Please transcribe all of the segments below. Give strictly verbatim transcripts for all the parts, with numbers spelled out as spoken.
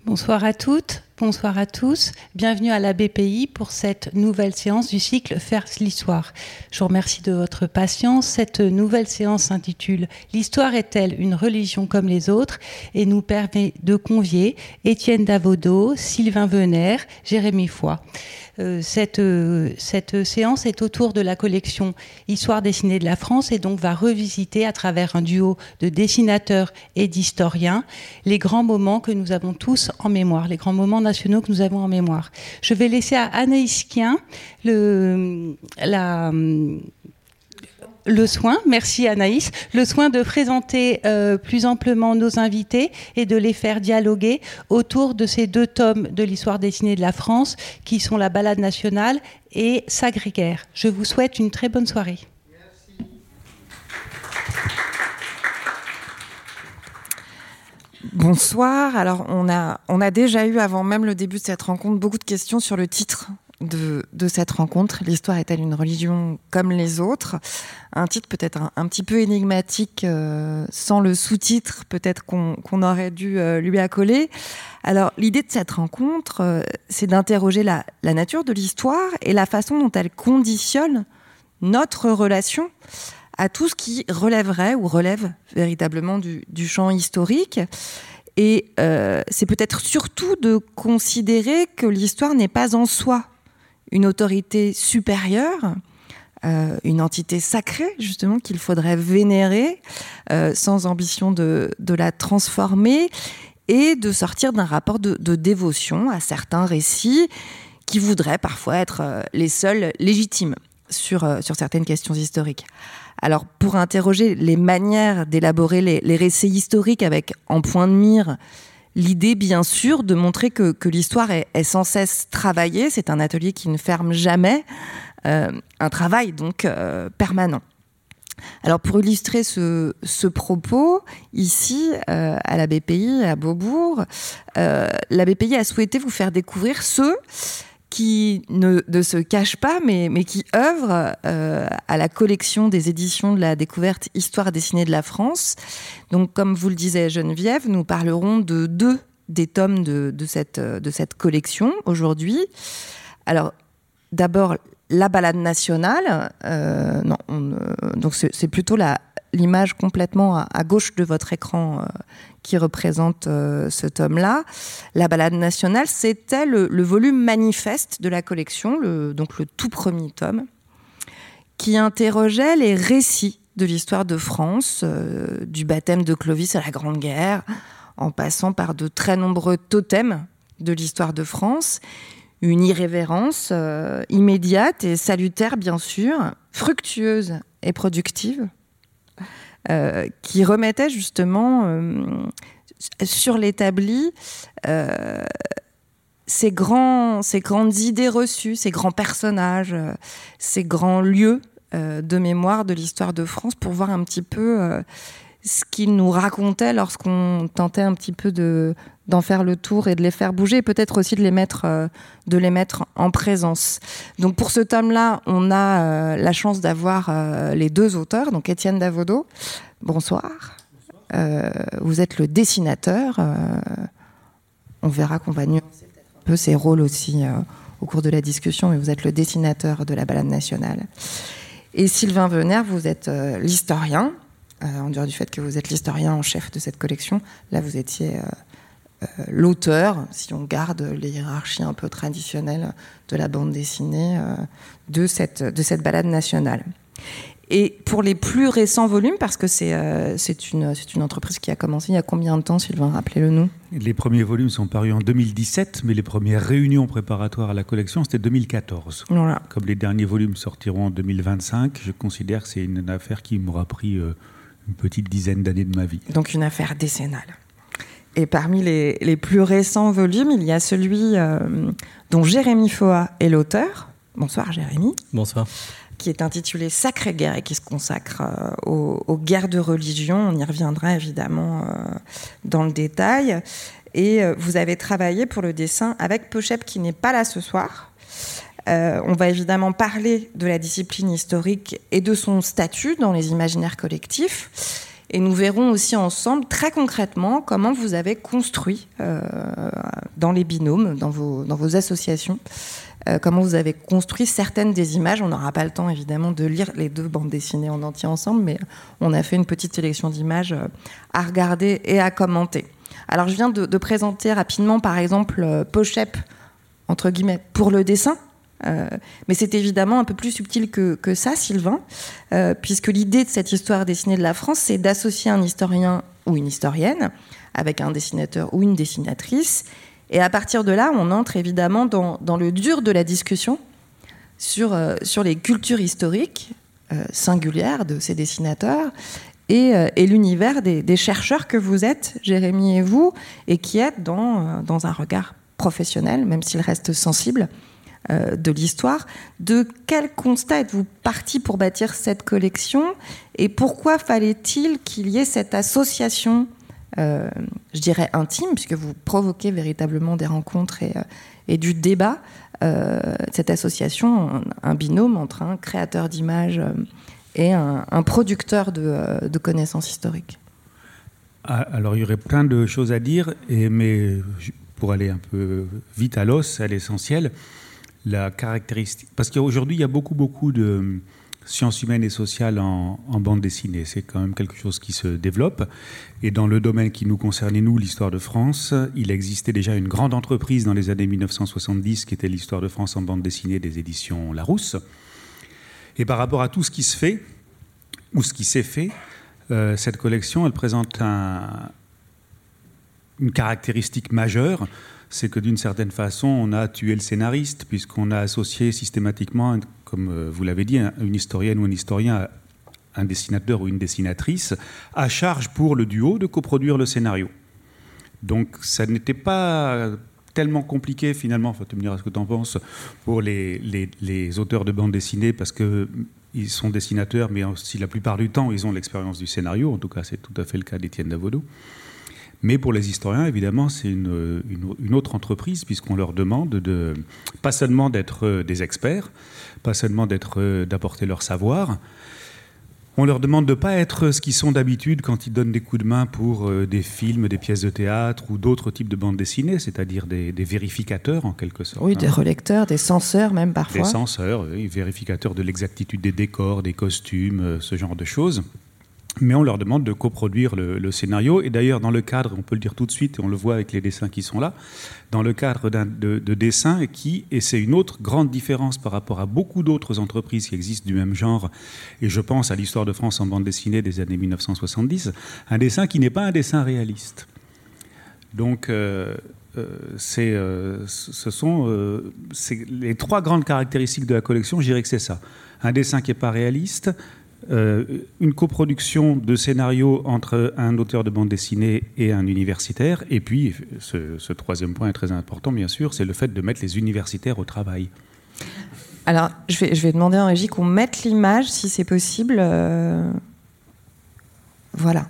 Bonsoir à toutes, bonsoir à tous. Bienvenue à la B P I pour cette nouvelle séance du cycle Faire l'histoire. Je vous remercie de votre patience. Cette nouvelle séance s'intitule « L'histoire est-elle une religion comme les autres ?» et nous permet de convier Étienne Davodo, Sylvain Venner, Jérémy Foy. Euh, cette, euh, cette séance est autour de la collection Histoire dessinée de la France et donc va revisiter à travers un duo de dessinateurs et d'historiens les grands moments que nous avons tous en mémoire, les grands moments nationaux que nous avons en mémoire. Je vais laisser à Anaïs Kien le, la... le soin, merci Anaïs, le soin de présenter euh, plus amplement nos invités et de les faire dialoguer autour de ces deux tomes de l'histoire dessinée de la France qui sont la Balade nationale et Sacré-Cœur. Je vous souhaite une très bonne soirée. Merci. Bonsoir. Alors on a, on a déjà eu avant même le début de cette rencontre beaucoup de questions sur le titre De, de cette rencontre. L'histoire est-elle une religion comme les autres ? Un titre peut-être un, un petit peu énigmatique, euh, sans le sous-titre peut-être qu'on, qu'on aurait dû euh, lui accoler. Alors l'idée de cette rencontre, euh, c'est d'interroger la, la nature de l'histoire et la façon dont elle conditionne notre relation à tout ce qui relèverait ou relève véritablement du, du champ historique. Et euh, c'est peut-être surtout de considérer que l'histoire n'est pas en soi une autorité supérieure, euh, une entité sacrée, justement, qu'il faudrait vénérer, euh, sans ambition de, de la transformer, et de sortir d'un rapport de, de dévotion à certains récits qui voudraient parfois être euh, les seuls légitimes sur, euh, sur certaines questions historiques. Alors, pour interroger les manières d'élaborer les, les récits historiques avec en point de mire l'idée, bien sûr, de montrer que, que l'histoire est, est sans cesse travaillée. C'est un atelier qui ne ferme jamais. Euh, un travail, donc, euh, permanent. Alors, pour illustrer ce, ce propos, ici, euh, à la B P I, à Beaubourg, euh, la B P I a souhaité vous faire découvrir ceux qui ne, ne se cachent pas, mais, mais qui œuvrent euh, à la collection des éditions de la découverte Histoire dessinée de la France. Donc, comme vous le disait Geneviève, nous parlerons de deux des tomes de, de, cette, de cette collection aujourd'hui. Alors, d'abord, la Balade nationale. Euh, non, on, euh, donc c'est, c'est plutôt la, l'image complètement à, à gauche de votre écran euh, qui représente euh, ce tome-là. La Balade nationale, c'était le, le volume manifeste de la collection, le, donc le tout premier tome, qui interrogeait les récits de l'histoire de France, euh, du baptême de Clovis à la Grande Guerre, en passant par de très nombreux totems de l'histoire de France, une irrévérence euh, immédiate et salutaire, bien sûr, fructueuse et productive, Euh, qui remettait justement euh, sur l'établi euh, ces, grands, ces grandes idées reçues, ces grands personnages, euh, ces grands lieux euh, de mémoire de l'histoire de France, pour voir un petit peu euh, ce qu'ils nous racontaient lorsqu'on tentait un petit peu de, d'en faire le tour et de les faire bouger, et peut-être aussi de les mettre, euh, de les mettre en présence. Donc pour ce tome-là, on a euh, la chance d'avoir euh, les deux auteurs, donc Étienne Davodo. Bonsoir. Bonsoir. Euh, vous êtes le dessinateur. Euh, on verra qu'on va nuancer peut-être un peu ces rôles aussi euh, au cours de la discussion, mais vous êtes le dessinateur de la Balade nationale. Et Sylvain Venner, vous êtes euh, l'historien. Euh, en dehors du fait que vous êtes l'historien en chef de cette collection, là vous étiez euh, euh, l'auteur, si on garde les hiérarchies un peu traditionnelles de la bande dessinée, euh, de, cette, de cette Balade nationale. Et pour les plus récents volumes, parce que c'est, euh, c'est, une, c'est une entreprise qui a commencé il y a combien de temps, Sylvain ? Rappelez-le nous. Les premiers volumes sont parus en deux mille dix-sept, mais les premières réunions préparatoires à la collection, c'était deux mille quatorze. Voilà. Comme les derniers volumes sortiront en deux mille vingt-cinq, je considère que c'est une affaire qui m'aura pris euh, une petite dizaine d'années de ma vie. Donc une affaire décennale. Et parmi les, les plus récents volumes, il y a celui euh, dont Jérémy Foy est l'auteur. Bonsoir Jérémy. Bonsoir. Qui est intitulé Sacré-Cœur et qui se consacre euh, aux, aux guerres de religion. On y reviendra évidemment euh, dans le détail. Et euh, vous avez travaillé pour le dessin avec Pochep qui n'est pas là ce soir. Euh, on va évidemment parler de la discipline historique et de son statut dans les imaginaires collectifs. Et nous verrons aussi ensemble, très concrètement, comment vous avez construit euh, dans les binômes, dans vos, dans vos associations, euh, comment vous avez construit certaines des images. On n'aura pas le temps, évidemment, de lire les deux bandes dessinées en entier ensemble, mais on a fait une petite sélection d'images à regarder et à commenter. Alors, je viens de, de présenter rapidement, par exemple, euh, Pochep, entre guillemets, pour le dessin. Euh, mais c'est évidemment un peu plus subtil que, que ça, Sylvain, euh, puisque l'idée de cette histoire dessinée de la France, c'est d'associer un historien ou une historienne avec un dessinateur ou une dessinatrice. Et à partir de là, on entre évidemment dans, dans le dur de la discussion sur, euh, sur les cultures historiques euh, singulières de ces dessinateurs et, euh, et l'univers des, des chercheurs que vous êtes, Jérémy et vous, et qui êtes dans, euh, dans un regard professionnel, même s'il reste sensible, euh, de l'histoire. De quel constat êtes-vous parti pour bâtir cette collection et pourquoi fallait-il qu'il y ait cette association, euh, je dirais intime, puisque vous provoquez véritablement des rencontres et, euh, et du débat, euh, cette association, un, un binôme entre un créateur d'images euh, et un, un producteur de, euh, de connaissances historiques? Alors, il y aurait plein de choses à dire, et, mais pour aller un peu vite à l'os, à l'essentiel, la caractéristique... Parce qu'aujourd'hui, il y a beaucoup, beaucoup de sciences humaines et sociales en, en bande dessinée. C'est quand même quelque chose qui se développe. Et dans le domaine qui nous concernait, nous, l'histoire de France, il existait déjà une grande entreprise dans les années mille neuf cent soixante-dix qui était l'histoire de France en bande dessinée des éditions Larousse. Et par rapport à tout ce qui se fait, ou ce qui s'est fait, euh, cette collection, elle présente un, une caractéristique majeure, c'est que d'une certaine façon, on a tué le scénariste, puisqu'on a associé systématiquement, comme vous l'avez dit, une historienne ou un historien, un dessinateur ou une dessinatrice, à charge pour le duo de coproduire le scénario. Donc ça n'était pas tellement compliqué finalement, enfin, tu me diras ce que tu en penses, pour les, les, les auteurs de bande dessinée, parce qu'ils sont dessinateurs, mais aussi la plupart du temps, ils ont l'expérience du scénario. En tout cas, c'est tout à fait le cas d'Étienne Davodo. Mais pour les historiens, évidemment, c'est une, une, une autre entreprise, puisqu'on leur demande de, pas seulement d'être des experts, pas seulement d'être, d'apporter leur savoir, on leur demande de ne pas être ce qu'ils sont d'habitude quand ils donnent des coups de main pour des films, des pièces de théâtre ou d'autres types de bandes dessinées, c'est-à-dire des, des vérificateurs en quelque sorte. Oui, des hein. relecteurs, des censeurs même parfois. Des censeurs, oui, vérificateurs de l'exactitude des décors, des costumes, ce genre de choses. Mais on leur demande de coproduire le, le scénario. Et d'ailleurs, dans le cadre, on peut le dire tout de suite, et on le voit avec les dessins qui sont là, dans le cadre d'un, de, de dessins qui, et c'est une autre grande différence par rapport à beaucoup d'autres entreprises qui existent du même genre, et je pense à l'histoire de France en bande dessinée des années mille neuf cent soixante-dix, un dessin qui n'est pas un dessin réaliste. Donc, euh, euh, c'est, euh, ce sont euh, c'est les trois grandes caractéristiques de la collection, je dirais que c'est ça. Un dessin qui n'est pas réaliste, Euh, une coproduction de scénario entre un auteur de bande dessinée et un universitaire. Et puis, ce, ce troisième point est très important, bien sûr, c'est le fait de mettre les universitaires au travail. Alors, je vais, je vais demander en régie qu'on mette l'image, si c'est possible. Euh... Voilà.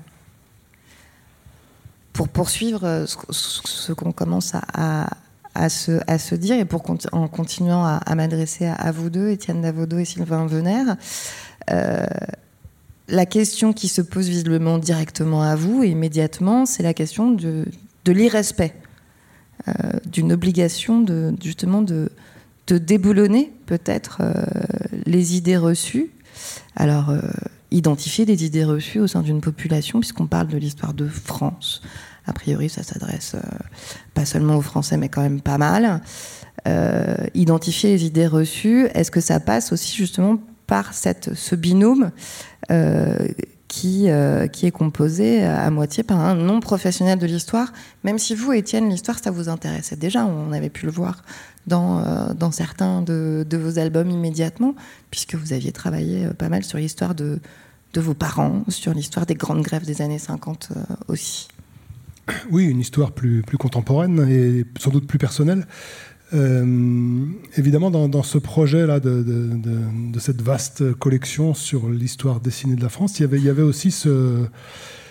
Pour poursuivre ce, ce qu'on commence à, à, à, se, à se dire, et pour, en continuant à, à m'adresser à, à vous deux, Étienne Davodo et Sylvain Venère, Euh, la question qui se pose visiblement directement à vous et immédiatement, c'est la question de, de l'irrespect, euh, d'une obligation de, justement de, de déboulonner peut-être euh, les idées reçues. Alors, euh, identifier les idées reçues au sein d'une population, puisqu'on parle de l'histoire de France. A priori, ça s'adresse euh, pas seulement aux Français, mais quand même pas mal. Euh, identifier les idées reçues, est-ce que ça passe aussi justement par cette, ce binôme euh, qui, euh, qui est composé à moitié par un non-professionnel de l'histoire, même si vous, Étienne, l'histoire, ça vous intéressait déjà, on avait pu le voir dans, euh, dans certains de, de vos albums immédiatement, puisque vous aviez travaillé pas mal sur l'histoire de, de vos parents, sur l'histoire des grandes grèves des années cinquante euh, aussi. Oui, une histoire plus, plus contemporaine et sans doute plus personnelle. Euh, évidemment, dans, dans ce projet-là de, de, de, de cette vaste collection sur l'histoire dessinée de la France, il y avait, il y avait aussi ce,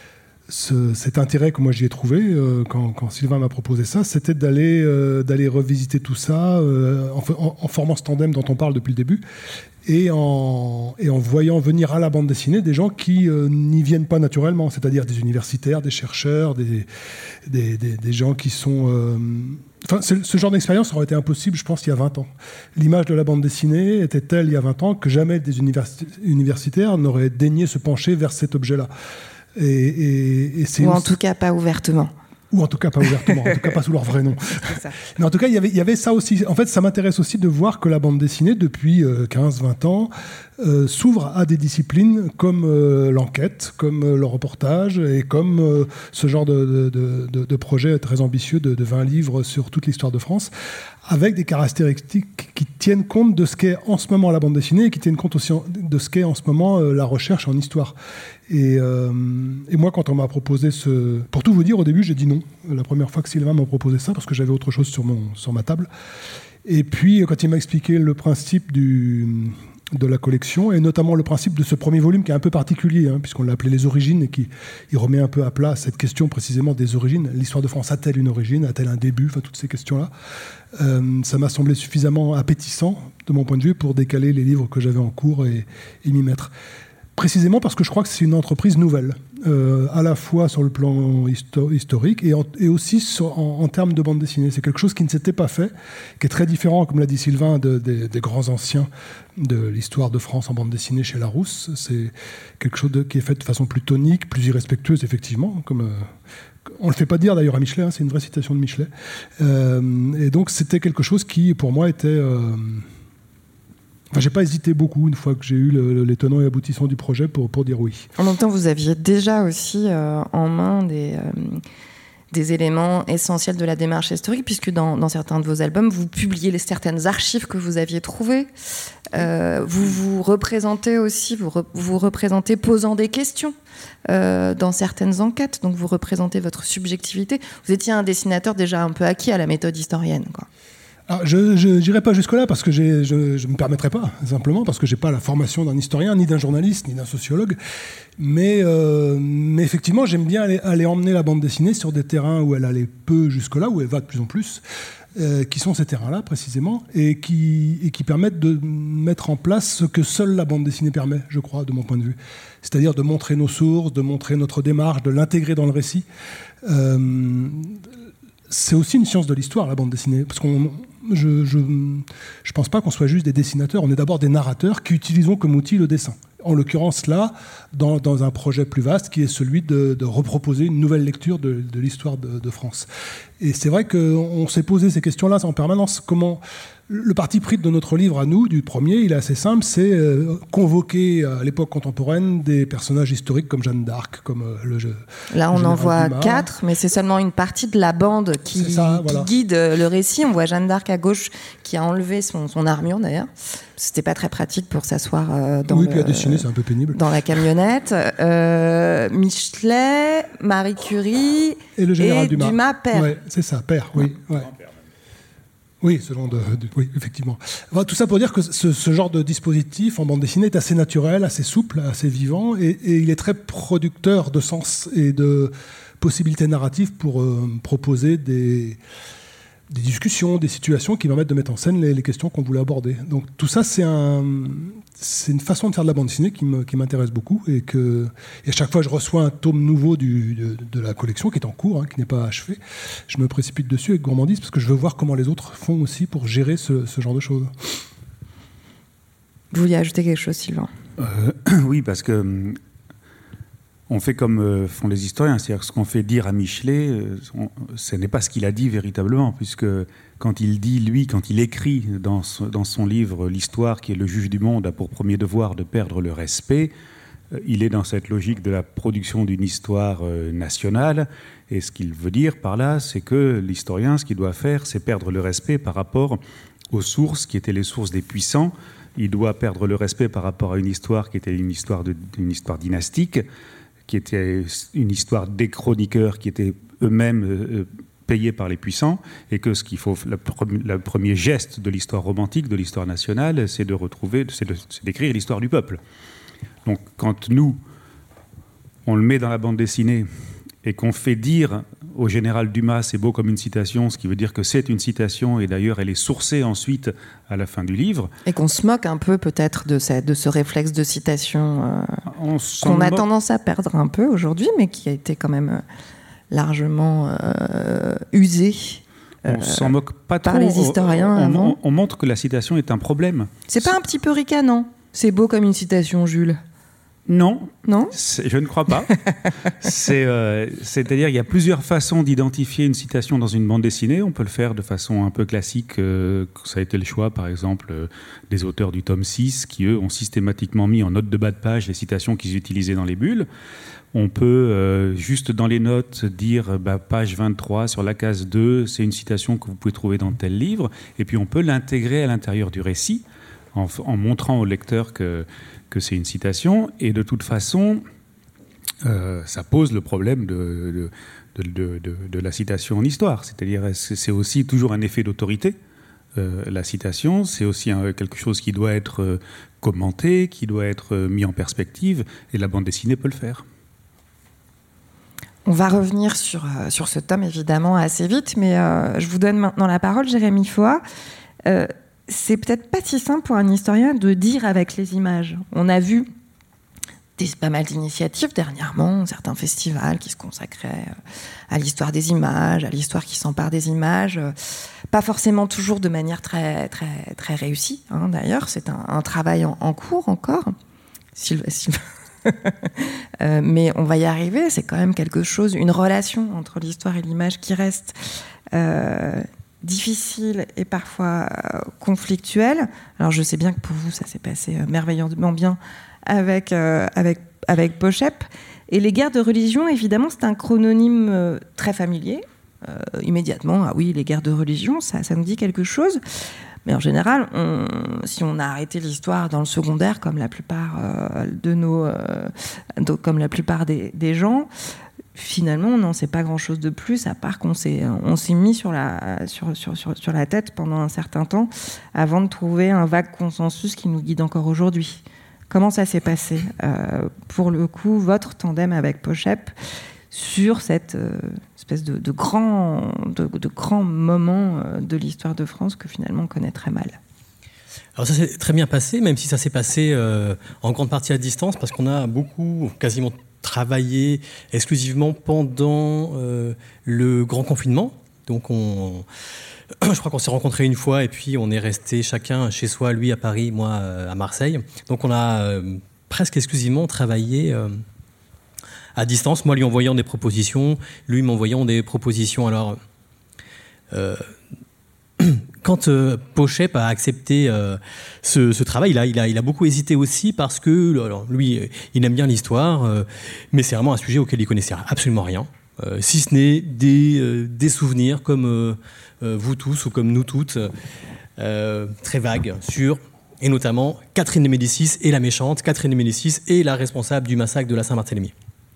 ce, cet intérêt que moi j'y ai trouvé euh, quand, quand Sylvain m'a proposé ça, c'était d'aller, euh, d'aller revisiter tout ça euh, en, en, en formant ce tandem dont on parle depuis le début. Et en, et en voyant venir à la bande dessinée des gens qui euh, n'y viennent pas naturellement, c'est-à-dire des universitaires, des chercheurs, des, des, des, des gens qui sont... Euh... Enfin, ce genre d'expérience aurait été impossible, je pense, il y a vingt ans. L'image de la bande dessinée était telle, il y a vingt ans, que jamais des universi- universitaires n'auraient daigné se pencher vers cet objet-là. Et, et, et c'est Ou aussi... en tout cas pas ouvertement. Ou en tout cas pas ouvertement, en tout cas pas sous leur vrai nom. Ça. Mais en tout cas, il y avait, il y avait ça aussi. En fait, ça m'intéresse aussi de voir que la bande dessinée, depuis euh, quinze vingt ans, euh, s'ouvre à des disciplines comme euh, l'enquête, comme euh, le reportage et comme euh, ce genre de, de, de, de projet très ambitieux de, de vingt livres sur toute l'histoire de France, avec des caractéristiques qui tiennent compte de ce qu'est en ce moment la bande dessinée et qui tiennent compte aussi de ce qu'est en ce moment euh, la recherche en histoire. Et, euh, et moi, quand on m'a proposé ce... Pour tout vous dire, au début, j'ai dit non. La première fois que Sylvain m'a proposé ça, parce que j'avais autre chose sur, mon, sur ma table. Et puis, quand il m'a expliqué le principe du, de la collection, et notamment le principe de ce premier volume qui est un peu particulier, hein, puisqu'on l'a appelé Les Origines, et qui il remet un peu à plat cette question précisément des origines. L'histoire de France a-t-elle une origine? A-t-elle un début? Enfin, toutes ces questions-là. Euh, ça m'a semblé suffisamment appétissant, de mon point de vue, pour décaler les livres que j'avais en cours et, et m'y mettre. Précisément parce que je crois que c'est une entreprise nouvelle, euh, à la fois sur le plan histo- historique et, en, et aussi sur, en, en termes de bande dessinée. C'est quelque chose qui ne s'était pas fait, qui est très différent, comme l'a dit Sylvain, de, de, des grands anciens de l'histoire de France en bande dessinée chez Larousse. C'est quelque chose de, qui est fait de façon plus tonique, plus irrespectueuse, effectivement, comme... Euh, on ne le fait pas dire d'ailleurs à Michelet, hein, c'est une vraie citation de Michelet. Euh, et donc c'était quelque chose qui, pour moi, était... Euh, Enfin, j'ai pas hésité beaucoup une fois que j'ai eu le, le, les tenants et aboutissants du projet pour, pour dire oui. En même temps, vous aviez déjà aussi euh, en main des, euh, des éléments essentiels de la démarche historique, puisque dans, dans certains de vos albums, vous publiez les, certaines archives que vous aviez trouvées. Euh, vous vous représentez aussi, vous re, vous représentez posant des questions euh, dans certaines enquêtes, donc vous représentez votre subjectivité. Vous étiez un dessinateur déjà un peu acquis à la méthode historienne, quoi. Alors, je n'irai pas jusque-là parce que j'ai, je ne me permettrai pas, simplement parce que je n'ai pas la formation d'un historien, ni d'un journaliste, ni d'un sociologue. Mais, euh, mais effectivement, j'aime bien aller, aller emmener la bande dessinée sur des terrains où elle allait peu jusque-là, où elle va de plus en plus, euh, qui sont ces terrains-là précisément, et qui, et qui permettent de mettre en place ce que seule la bande dessinée permet, je crois, de mon point de vue. C'est-à-dire de montrer nos sources, de montrer notre démarche, de l'intégrer dans le récit. Euh, c'est aussi une science de l'histoire, la bande dessinée, parce qu'on... Je je, je pense pas qu'on soit juste des dessinateurs, on est d'abord des narrateurs qui utilisons comme outil le dessin. En l'occurrence là, dans, dans un projet plus vaste qui est celui de, de reproposer une nouvelle lecture de, de l'histoire de, de France. Et c'est vrai qu'on s'est posé ces questions-là en permanence. Comment... Le parti pris de notre livre à nous, du premier, il est assez simple, c'est euh, convoquer à l'époque contemporaine des personnages historiques comme Jeanne d'Arc, comme euh, le jeu. Là, on en voit quatre, mais c'est seulement une partie de la bande qui, ça, voilà. qui guide le récit. On voit Jeanne d'Arc à gauche qui a enlevé son, son armure d'ailleurs. C'était pas très pratique pour s'asseoir euh, dans, oui, le, puis à dessiner, c'est un peu pénible. Dans la camionnette. Euh, Michelet, Marie Curie et le général et Dumas. Dumas père. Ouais, c'est ça, père, oui. Ouais. Oui, ce genre de, de, oui, effectivement. Enfin, tout ça pour dire que ce, ce genre de dispositif en bande dessinée est assez naturel, assez souple, assez vivant, et, et il est très producteur de sens et de possibilités narratives pour euh, proposer des, des discussions, des situations qui permettent de mettre en scène les, les questions qu'on voulait aborder. Donc tout ça, c'est, un, c'est une façon de faire de la bande dessinée qui, me, qui m'intéresse beaucoup, et, que, et à chaque fois que je reçois un tome nouveau du, de, de la collection qui est en cours, hein, qui n'est pas achevé, je me précipite dessus avec gourmandise parce que je veux voir comment les autres font aussi pour gérer ce, ce genre de choses. Vous vouliez ajouter quelque chose, Sylvain ? euh, Oui, parce que on fait comme euh, font les historiens, c'est-à-dire que ce qu'on fait dire à Michelet, euh, on, ce n'est pas ce qu'il a dit véritablement, puisque quand il dit, lui, quand il écrit dans, ce, dans son livre « L'histoire qui est le juge du monde a pour premier devoir de perdre le respect », euh, il est dans cette logique de la production d'une histoire euh, nationale, et ce qu'il veut dire par là, c'est que l'historien, ce qu'il doit faire, c'est perdre le respect par rapport aux sources qui étaient les sources des puissants. Il doit perdre le respect par rapport à une histoire qui était une histoire, de, une histoire dynastique, qui était une histoire des chroniqueurs qui étaient eux-mêmes euh, payés par les puissants, et que ce qu'il faut, le, le premier geste de l'histoire romantique, de l'histoire nationale, c'est de retrouver, c'est, de, c'est d'écrire l'histoire du peuple. Donc, quand nous, on le met dans la bande dessinée, et qu'on fait dire au général Dumas c'est beau comme une citation, ce qui veut dire que c'est une citation et d'ailleurs elle est sourcée ensuite à la fin du livre. Et qu'on se moque un peu peut-être de ce, de ce réflexe de citation euh, qu'on a tendance à perdre un peu aujourd'hui, mais qui a été quand même largement euh, usé. On euh, s'en moque pas par trop. les historiens on, avant. On, on montre que la citation est un problème. C'est pas un petit peu ricanant? C'est beau comme une citation, Jules? Non, non, je ne crois pas. C'est, euh, c'est-à-dire il y a plusieurs façons d'identifier une citation dans une bande dessinée. On peut le faire de façon un peu classique. Euh, ça a été le choix, par exemple, euh, des auteurs du tome six, qui, eux, ont systématiquement mis en note de bas de page les citations qu'ils utilisaient dans les bulles. On peut, euh, juste dans les notes, dire bah, page vingt-trois, sur la case deux, c'est une citation que vous pouvez trouver dans tel livre. Et puis on peut l'intégrer à l'intérieur du récit, en, en montrant au lecteur que... que c'est une citation, et de toute façon, euh, ça pose le problème de, de, de, de, de la citation en histoire. C'est-à-dire, c'est aussi toujours un effet d'autorité. Euh, la citation, c'est aussi un, quelque chose qui doit être euh, commenté, qui doit être euh, mis en perspective, et la bande dessinée peut le faire. On va revenir sur, euh, sur ce tome, évidemment, assez vite, mais euh, je vous donne maintenant la parole, Jérémy Foa. Euh, C'est peut-être pas si simple pour un historien de dire avec les images. On a vu des, pas mal d'initiatives dernièrement, certains festivals qui se consacraient à l'histoire des images, à l'histoire qui s'empare des images, pas forcément toujours de manière très, très, très réussie, hein, d'ailleurs. C'est un, un travail en, en cours encore. Sylvain, Sylvain. euh, mais on va y arriver, c'est quand même quelque chose, une relation entre l'histoire et l'image qui reste... Euh, difficile et parfois euh, conflictuel. Alors je sais bien que pour vous ça s'est passé euh, merveilleusement bien avec, euh, avec, avec Pochep. Et les guerres de religion, évidemment, c'est un chrononyme euh, très familier. Euh, immédiatement, ah oui, les guerres de religion, ça, ça nous dit quelque chose. Mais en général, on, si on a arrêté l'histoire dans le secondaire, comme la plupart euh, de nos, euh, de, comme la plupart des, des gens, finalement, on n'en sait pas grand-chose de plus, à part qu'on s'est, on s'est mis sur la, sur, sur, sur, sur la tête pendant un certain temps avant de trouver un vague consensus qui nous guide encore aujourd'hui. Comment ça s'est passé, euh, pour le coup, votre tandem avec Pochep, sur cette euh, espèce de, de, grand, de, de grand moment euh, de l'histoire de France que finalement on connaît très mal? Alors ça s'est très bien passé, même si ça s'est passé euh, en grande partie à distance, parce qu'on a beaucoup, quasiment travaillé exclusivement pendant euh, le grand confinement. Donc on, je crois qu'on s'est rencontrés une fois et puis on est resté chacun chez soi, lui à Paris, moi à Marseille. Donc on a euh, presque exclusivement travaillé euh, à distance, moi lui envoyant des propositions, lui m'envoyant des propositions. Alors euh, quand euh, Pochep a accepté euh, ce, ce travail, il a, il, a, il a beaucoup hésité aussi parce que alors, lui, il aime bien l'histoire, euh, mais c'est vraiment un sujet auquel il connaissait absolument rien, euh, si ce n'est des, euh, des souvenirs comme euh, euh, vous tous ou comme nous toutes, euh, très vagues sur, et notamment Catherine de Médicis et la méchante, Catherine de Médicis et la responsable du massacre de la Saint-Barthélemy.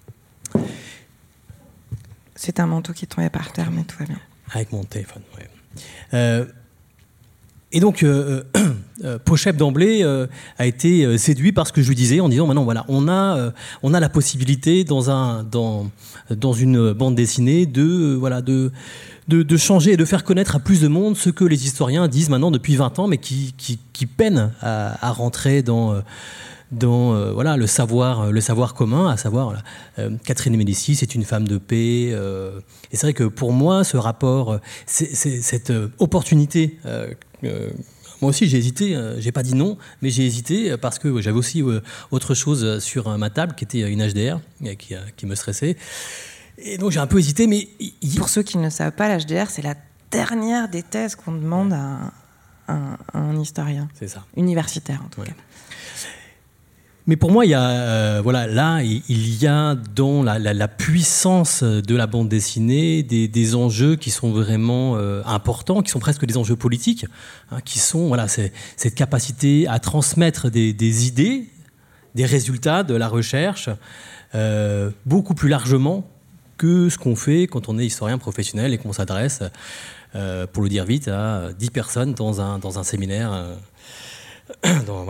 C'est un manteau qui tombait par terre, mais tout va bien. Avec mon téléphone, oui. Euh, et donc, euh, euh, Pochep d'emblée euh, a été euh, séduit par ce que je lui disais en disant maintenant, voilà, on a, euh, on a la possibilité dans, un, dans, dans une bande dessinée de, euh, voilà, de, de, de changer et de faire connaître à plus de monde ce que les historiens disent maintenant depuis vingt ans, mais qui, qui, qui peinent à, à rentrer dans... Euh, dans euh, voilà, le, savoir, le savoir commun, à savoir voilà, euh, Catherine de Médicis est une femme de paix. Euh, et c'est vrai que pour moi, ce rapport, c'est, c'est, cette euh, opportunité, euh, euh, moi aussi j'ai hésité, euh, j'ai pas dit non, mais j'ai hésité parce que j'avais aussi euh, autre chose sur euh, ma table qui était une H D R euh, qui, euh, qui me stressait. Et donc j'ai un peu hésité, mais... Y... Pour ceux qui ne le savent pas, l'H D R, c'est la dernière des thèses qu'on demande ouais. à, un, à un historien. C'est ça. Universitaire en tout ouais. cas. Mais pour moi, il y a, euh, voilà, là, il y a dans la, la, la puissance de la bande dessinée des, des enjeux qui sont vraiment euh, importants, qui sont presque des enjeux politiques, hein, qui sont voilà, c'est, cette capacité à transmettre des, des idées, des résultats de la recherche, euh, beaucoup plus largement que ce qu'on fait quand on est historien professionnel et qu'on s'adresse, euh, pour le dire vite, à dix personnes dans un, dans un séminaire. Euh, dans, voilà.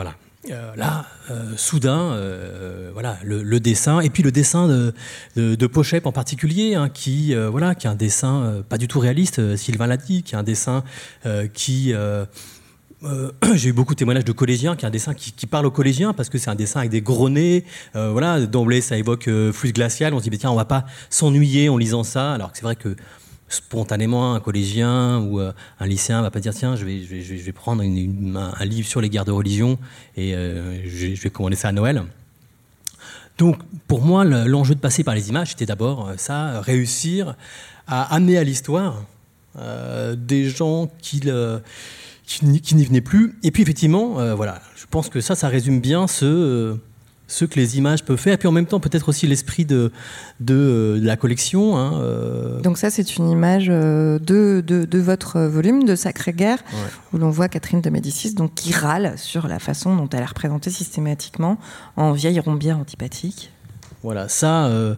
Euh, là, euh, soudain, euh, voilà, le, le dessin, et puis le dessin de, de, de Pochep en particulier, hein, qui, euh, voilà, qui est un dessin euh, pas du tout réaliste, euh, Sylvain l'a dit, qui est un dessin euh, qui... Euh, euh, j'ai eu beaucoup de témoignages de collégiens, qui est un dessin qui, qui parle aux collégiens, parce que c'est un dessin avec des gros nez, euh, voilà, d'emblée ça évoque euh, flux glacial, on se dit, bah, tiens, on va pas s'ennuyer en lisant ça, alors que c'est vrai que spontanément, un collégien ou euh, un lycéen ne va pas dire tiens, je vais, je vais, je vais prendre une, une, un livre sur les guerres de religion et euh, je, je vais commander ça à Noël. Donc, pour moi, le, l'enjeu de passer par les images, c'était d'abord euh, ça, réussir à amener à l'histoire euh, des gens qui, le, qui, qui n'y venaient plus. Et puis, effectivement, euh, voilà, je pense que ça, ça résume bien ce... Euh, ce que les images peuvent faire, et puis en même temps peut-être aussi l'esprit de, de, de la collection. Hein, euh... Donc ça, c'est une image de, de, de votre volume, de Sacrée Guerre, ouais. Où l'on voit Catherine de Médicis donc, qui râle sur la façon dont elle est représentée systématiquement en vieille rombière antipathique. Voilà, ça... Euh...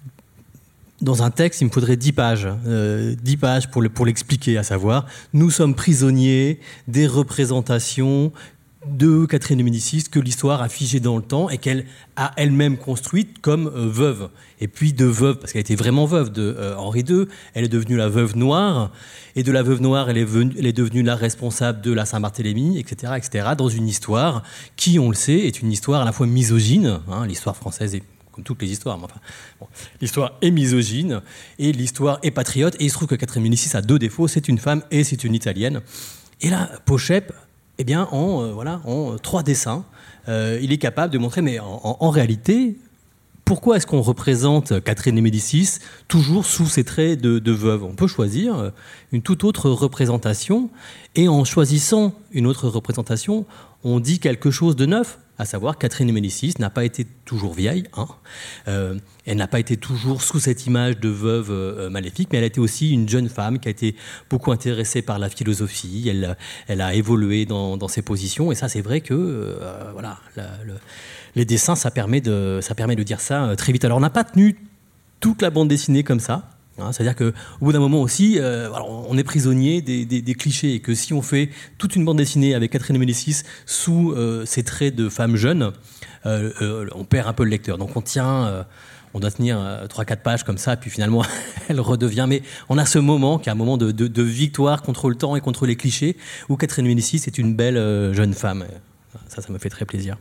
Dans un texte, il me faudrait dix pages, euh, dix pages pour, le, pour l'expliquer, à savoir, nous sommes prisonniers des représentations de Catherine de Médicis que l'histoire a figée dans le temps et qu'elle a elle-même construite comme euh, veuve. Et puis de veuve, parce qu'elle était vraiment veuve de euh, Henri deux, elle est devenue la veuve noire, et de la veuve noire, elle est, venue, elle est devenue la responsable de la Saint-Barthélemy, et cetera, et cetera, dans une histoire qui, on le sait, est une histoire à la fois misogyne, hein, l'histoire française est comme toutes les histoires, mais enfin, bon, l'histoire est misogyne, et l'histoire est patriote, et il se trouve que Catherine de Médicis a deux défauts, c'est une femme et c'est une italienne. Et là, Pochep, eh bien, en, euh, voilà, en trois dessins, euh, il est capable de montrer, mais en, en, en réalité, pourquoi est-ce qu'on représente Catherine de Médicis toujours sous ses traits de, de veuve ? On peut choisir une toute autre représentation, et en choisissant une autre représentation, on dit quelque chose de neuf, à savoir Catherine de Médicis n'a pas été toujours vieille, hein. euh, elle n'a pas été toujours sous cette image de veuve euh, maléfique, mais elle a été aussi une jeune femme qui a été beaucoup intéressée par la philosophie, elle, elle a évolué dans, dans ses positions, et ça c'est vrai que euh, voilà, la, le, les dessins, ça permet, de, ça permet de dire ça euh, très vite. Alors on n'a pas tenu toute la bande dessinée comme ça, hein, c'est-à-dire qu'au bout d'un moment aussi, euh, alors on est prisonnier des, des, des clichés, et que si on fait toute une bande dessinée avec Catherine de Médicis sous euh, ses traits de femme jeune, euh, euh, on perd un peu le lecteur. Donc on tient, euh, on doit tenir euh, trois quatre pages comme ça, puis finalement elle redevient. Mais on a ce moment qui est un moment de, de, de victoire contre le temps et contre les clichés, où Catherine de Médicis est une belle euh, jeune femme. Ça, ça me fait très plaisir.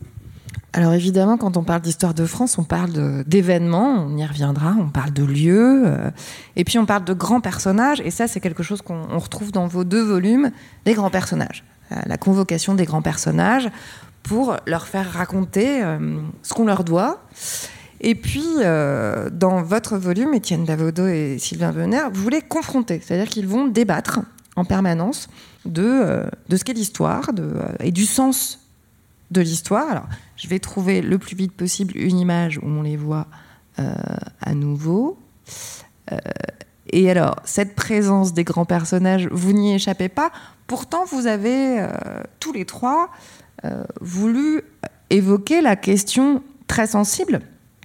Alors évidemment, quand on parle d'histoire de France, on parle de, d'événements, on y reviendra, on parle de lieux, euh, et puis on parle de grands personnages, et ça c'est quelque chose qu'on on retrouve dans vos deux volumes, des grands personnages, euh, la convocation des grands personnages pour leur faire raconter euh, ce qu'on leur doit. Et puis, euh, dans votre volume, Étienne Davodo et Sylvain Venner, vous voulez confronter, c'est-à-dire qu'ils vont débattre en permanence de, euh, de ce qu'est l'histoire de, euh, et du sens de l'histoire. Alors, je vais trouver le plus vite possible une image où on les voit euh, à nouveau. Euh, et alors, cette présence des grands personnages, vous n'y échappez pas. Pourtant, vous avez euh, tous les trois euh, voulu évoquer la question très sensible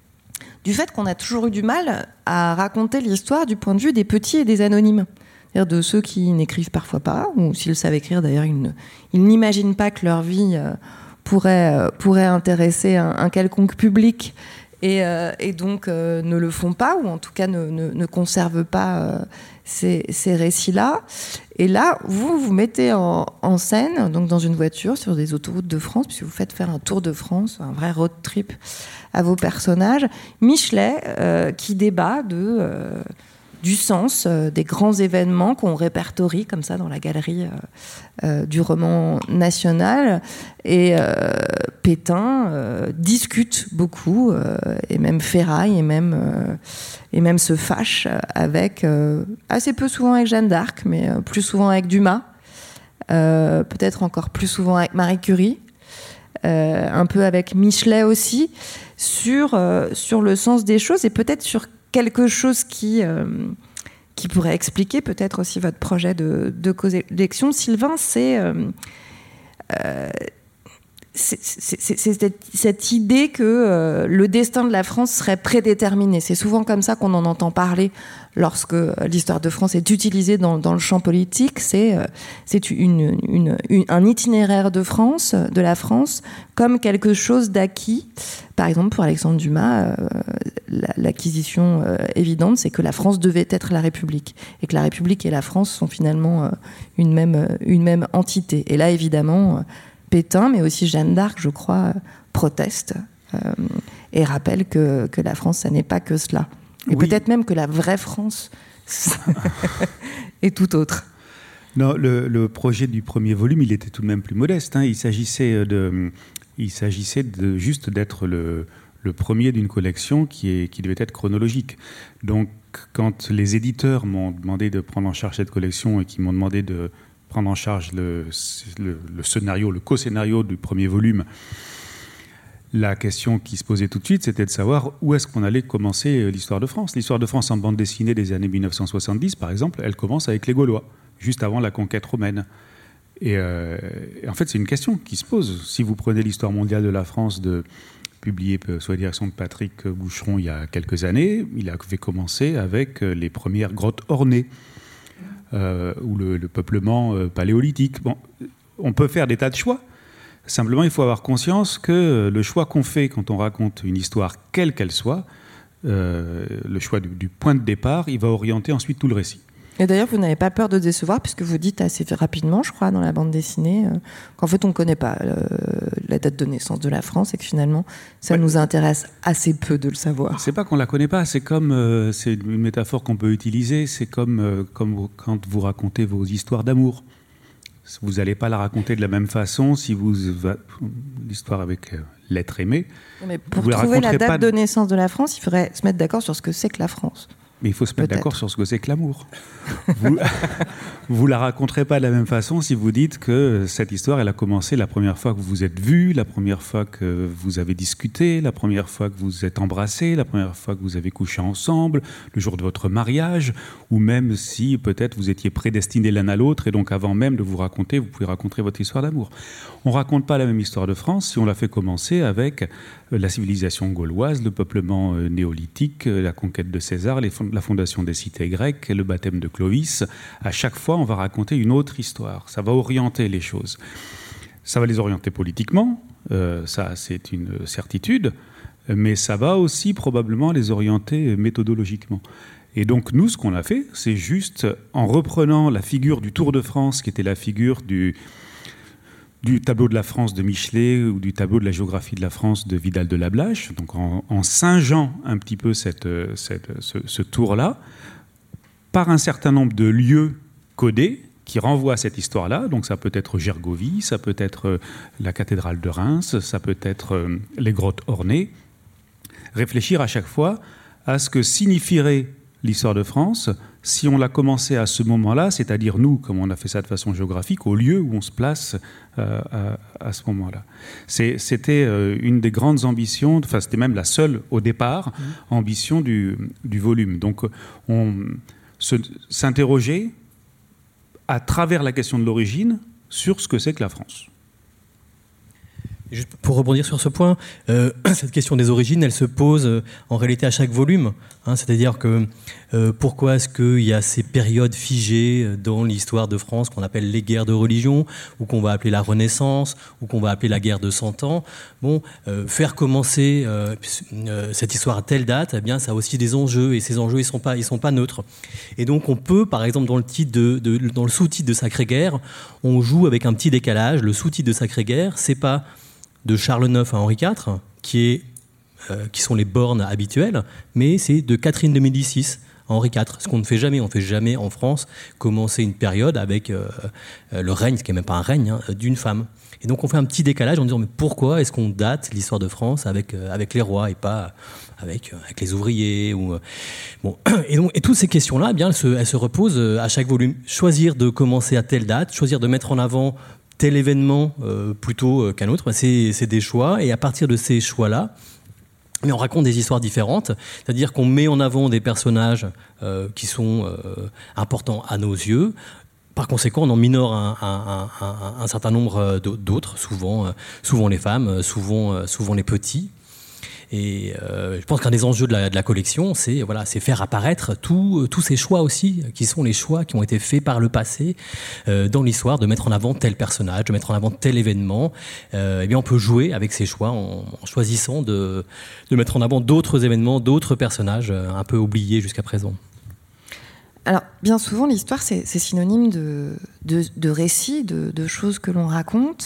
du fait qu'on a toujours eu du mal à raconter l'histoire du point de vue des petits et des anonymes. C'est-à-dire de ceux qui n'écrivent parfois pas, ou s'ils savent écrire, d'ailleurs, ils, ne, ils n'imaginent pas que leur vie euh, pourrait, euh, pourrait intéresser un, un quelconque public, et, euh, et donc euh, ne le font pas, ou en tout cas ne, ne, ne conservent pas euh, ces, ces récits-là. Et là, vous vous mettez en, en scène, donc dans une voiture, sur des autoroutes de France, puisque vous faites faire un tour de France, un vrai road trip à vos personnages. Michelet, euh, qui débat de... Euh, du sens euh, des grands événements qu'on répertorie comme ça dans la galerie euh, euh, du roman national. Et euh, Pétain euh, discute beaucoup, euh, et même ferraille, et même, euh, et même se fâche avec, euh, assez peu souvent avec Jeanne d'Arc, mais euh, plus souvent avec Dumas, euh, peut-être encore plus souvent avec Marie Curie, euh, un peu avec Michelet aussi, sur, euh, sur le sens des choses, et peut-être sur quelque chose qui, euh, qui pourrait expliquer peut-être aussi votre projet de, de collection. Sylvain, c'est... Euh, euh, c'est, c'est, c'est, c'est cette, cette idée que euh, le destin de la France serait prédéterminé. C'est souvent comme ça qu'on en entend parler lorsque l'histoire de France est utilisée dans, dans le champ politique. C'est, euh, c'est une, une, une, un itinéraire de France, de la France, comme quelque chose d'acquis. Par exemple, pour Alexandre Dumas, euh, la, l'acquisition euh, évidente, c'est que la France devait être la République, et que la République et la France sont finalement euh, une, même, une même entité. Et là, évidemment, euh, Pétain, mais aussi Jeanne d'Arc, je crois, euh, protestent euh, et rappellent que, que la France, ça n'est pas que cela. Et oui. Peut-être même que la vraie France est tout autre. Non, le, le projet du premier volume, il était tout de même plus modeste. Hein. Il s'agissait de, il s'agissait de juste d'être le, le premier d'une collection qui, est, qui devait être chronologique. Donc, quand les éditeurs m'ont demandé de prendre en charge cette collection et qui m'ont demandé de prendre en charge le, le, le scénario, le co-scénario du premier volume, la question qui se posait tout de suite, c'était de savoir où est-ce qu'on allait commencer l'histoire de France. L'histoire de France en bande dessinée des années mille neuf cent soixante-dix, par exemple, elle commence avec les Gaulois, juste avant la conquête romaine. Et, euh, et en fait, c'est une question qui se pose. Si vous prenez l'histoire mondiale de la France, de, publiée sous la direction de Patrick Boucheron il y a quelques années, il avait commencé avec les premières grottes ornées, euh, ou le, le peuplement euh, paléolithique. Bon, on peut faire des tas de choix. Simplement, il faut avoir conscience que le choix qu'on fait quand on raconte une histoire, quelle qu'elle soit, euh, le choix du, du point de départ, il va orienter ensuite tout le récit. Et d'ailleurs, vous n'avez pas peur de décevoir, puisque vous dites assez rapidement, je crois, dans la bande dessinée, euh, qu'en fait, on ne connaît pas euh, la date de naissance de la France et que finalement, ça ouais. nous intéresse assez peu de le savoir. C'est pas qu'on ne la connaît pas, c'est comme, euh, c'est une métaphore qu'on peut utiliser, c'est comme, euh, comme quand vous racontez vos histoires d'amour. Vous n'allez pas la raconter de la même façon si vous... L'histoire avec euh, l'être aimé... Mais pour trouver la date de... de naissance de la France, il faudrait se mettre d'accord sur ce que c'est que la France. Mais il faut se mettre Peut-être. d'accord sur ce que c'est que l'amour. Vous ne la raconterez pas de la même façon si vous dites que cette histoire, elle a commencé la première fois que vous vous êtes vus, la première fois que vous avez discuté, la première fois que vous vous êtes embrassés, la première fois que vous avez couché ensemble, le jour de votre mariage, ou même si peut-être vous étiez prédestinés l'un à l'autre, et donc avant même de vous raconter, vous pouvez raconter votre histoire d'amour. On ne raconte pas la même histoire de France si on la fait commencer avec la civilisation gauloise, le peuplement néolithique, la conquête de César, les fond- la fondation des cités grecques, le baptême de Clovis. À chaque fois, on va raconter une autre histoire. Ça va orienter les choses. Ça va les orienter politiquement, euh, ça c'est une certitude, mais ça va aussi probablement les orienter méthodologiquement. Et donc nous, ce qu'on a fait, c'est juste en reprenant la figure du Tour de France, qui était la figure du... du tableau de la France de Michelet ou du tableau de la géographie de la France de Vidal de Lablache, donc en, en singeant un petit peu cette, cette, ce, ce tour-là, par un certain nombre de lieux codés qui renvoient à cette histoire-là. Donc ça peut être Gergovie, ça peut être la cathédrale de Reims, ça peut être les grottes ornées. Réfléchir à chaque fois à ce que signifierait l'histoire de France si on l'a commencé à ce moment-là, c'est-à-dire nous, comme on a fait ça de façon géographique, au lieu où on se place euh, à, à ce moment-là. C'est, c'était euh, une des grandes ambitions, enfin c'était même la seule au départ, mmh. ambition du, du volume. Donc on se, s'interroger à travers la question de l'origine sur ce que c'est que la France. Juste pour rebondir sur ce point, euh, cette question des origines, elle se pose euh, en réalité à chaque volume. Hein, c'est-à-dire que euh, pourquoi est-ce qu'il y a ces périodes figées dans l'histoire de France qu'on appelle les guerres de religion, ou qu'on va appeler la Renaissance, ou qu'on va appeler la guerre de Cent Ans. Bon, euh, faire commencer euh, euh, cette histoire à telle date, eh bien, ça a aussi des enjeux, et ces enjeux, ils sont pas, ils sont pas neutres. Et donc, on peut, par exemple, dans le titre de, de, dans le sous-titre de Sacrée Guerre, on joue avec un petit décalage. Le sous-titre de Sacrée Guerre, c'est pas de Charles neuf à Henri quatre, qui, est, euh, qui sont les bornes habituelles, mais c'est de Catherine de Médicis à Henri quatre, ce qu'on ne fait jamais. On ne fait jamais en France commencer une période avec euh, le règne, ce qui n'est même pas un règne, hein, d'une femme. Et donc on fait un petit décalage en disant mais pourquoi est-ce qu'on date l'histoire de France avec, euh, avec les rois et pas avec, euh, avec les ouvriers ou, euh, bon. Et, donc, et toutes ces questions-là, eh bien, elles, se, elles se reposent à chaque volume. Choisir de commencer à telle date, choisir de mettre en avant tel événement euh, plutôt qu'un autre, ben c'est, c'est des choix, et à partir de ces choix-là, mais on raconte des histoires différentes, c'est-à-dire qu'on met en avant des personnages euh, qui sont euh, importants à nos yeux, par conséquent, on en minore un, un, un, un certain nombre d'autres, souvent, souvent les femmes, souvent, souvent les petits. Et euh, je pense qu'un des enjeux de la, de la collection, c'est voilà, c'est faire apparaître tous tous ces choix aussi, qui sont les choix qui ont été faits par le passé euh, dans l'histoire, de mettre en avant tel personnage, de mettre en avant tel événement. Euh, et bien, on peut jouer avec ces choix en, en choisissant de, de mettre en avant d'autres événements, d'autres personnages un peu oubliés jusqu'à présent. Alors, bien souvent, l'histoire, c'est, c'est synonyme de, de, de récits, de, de choses que l'on raconte.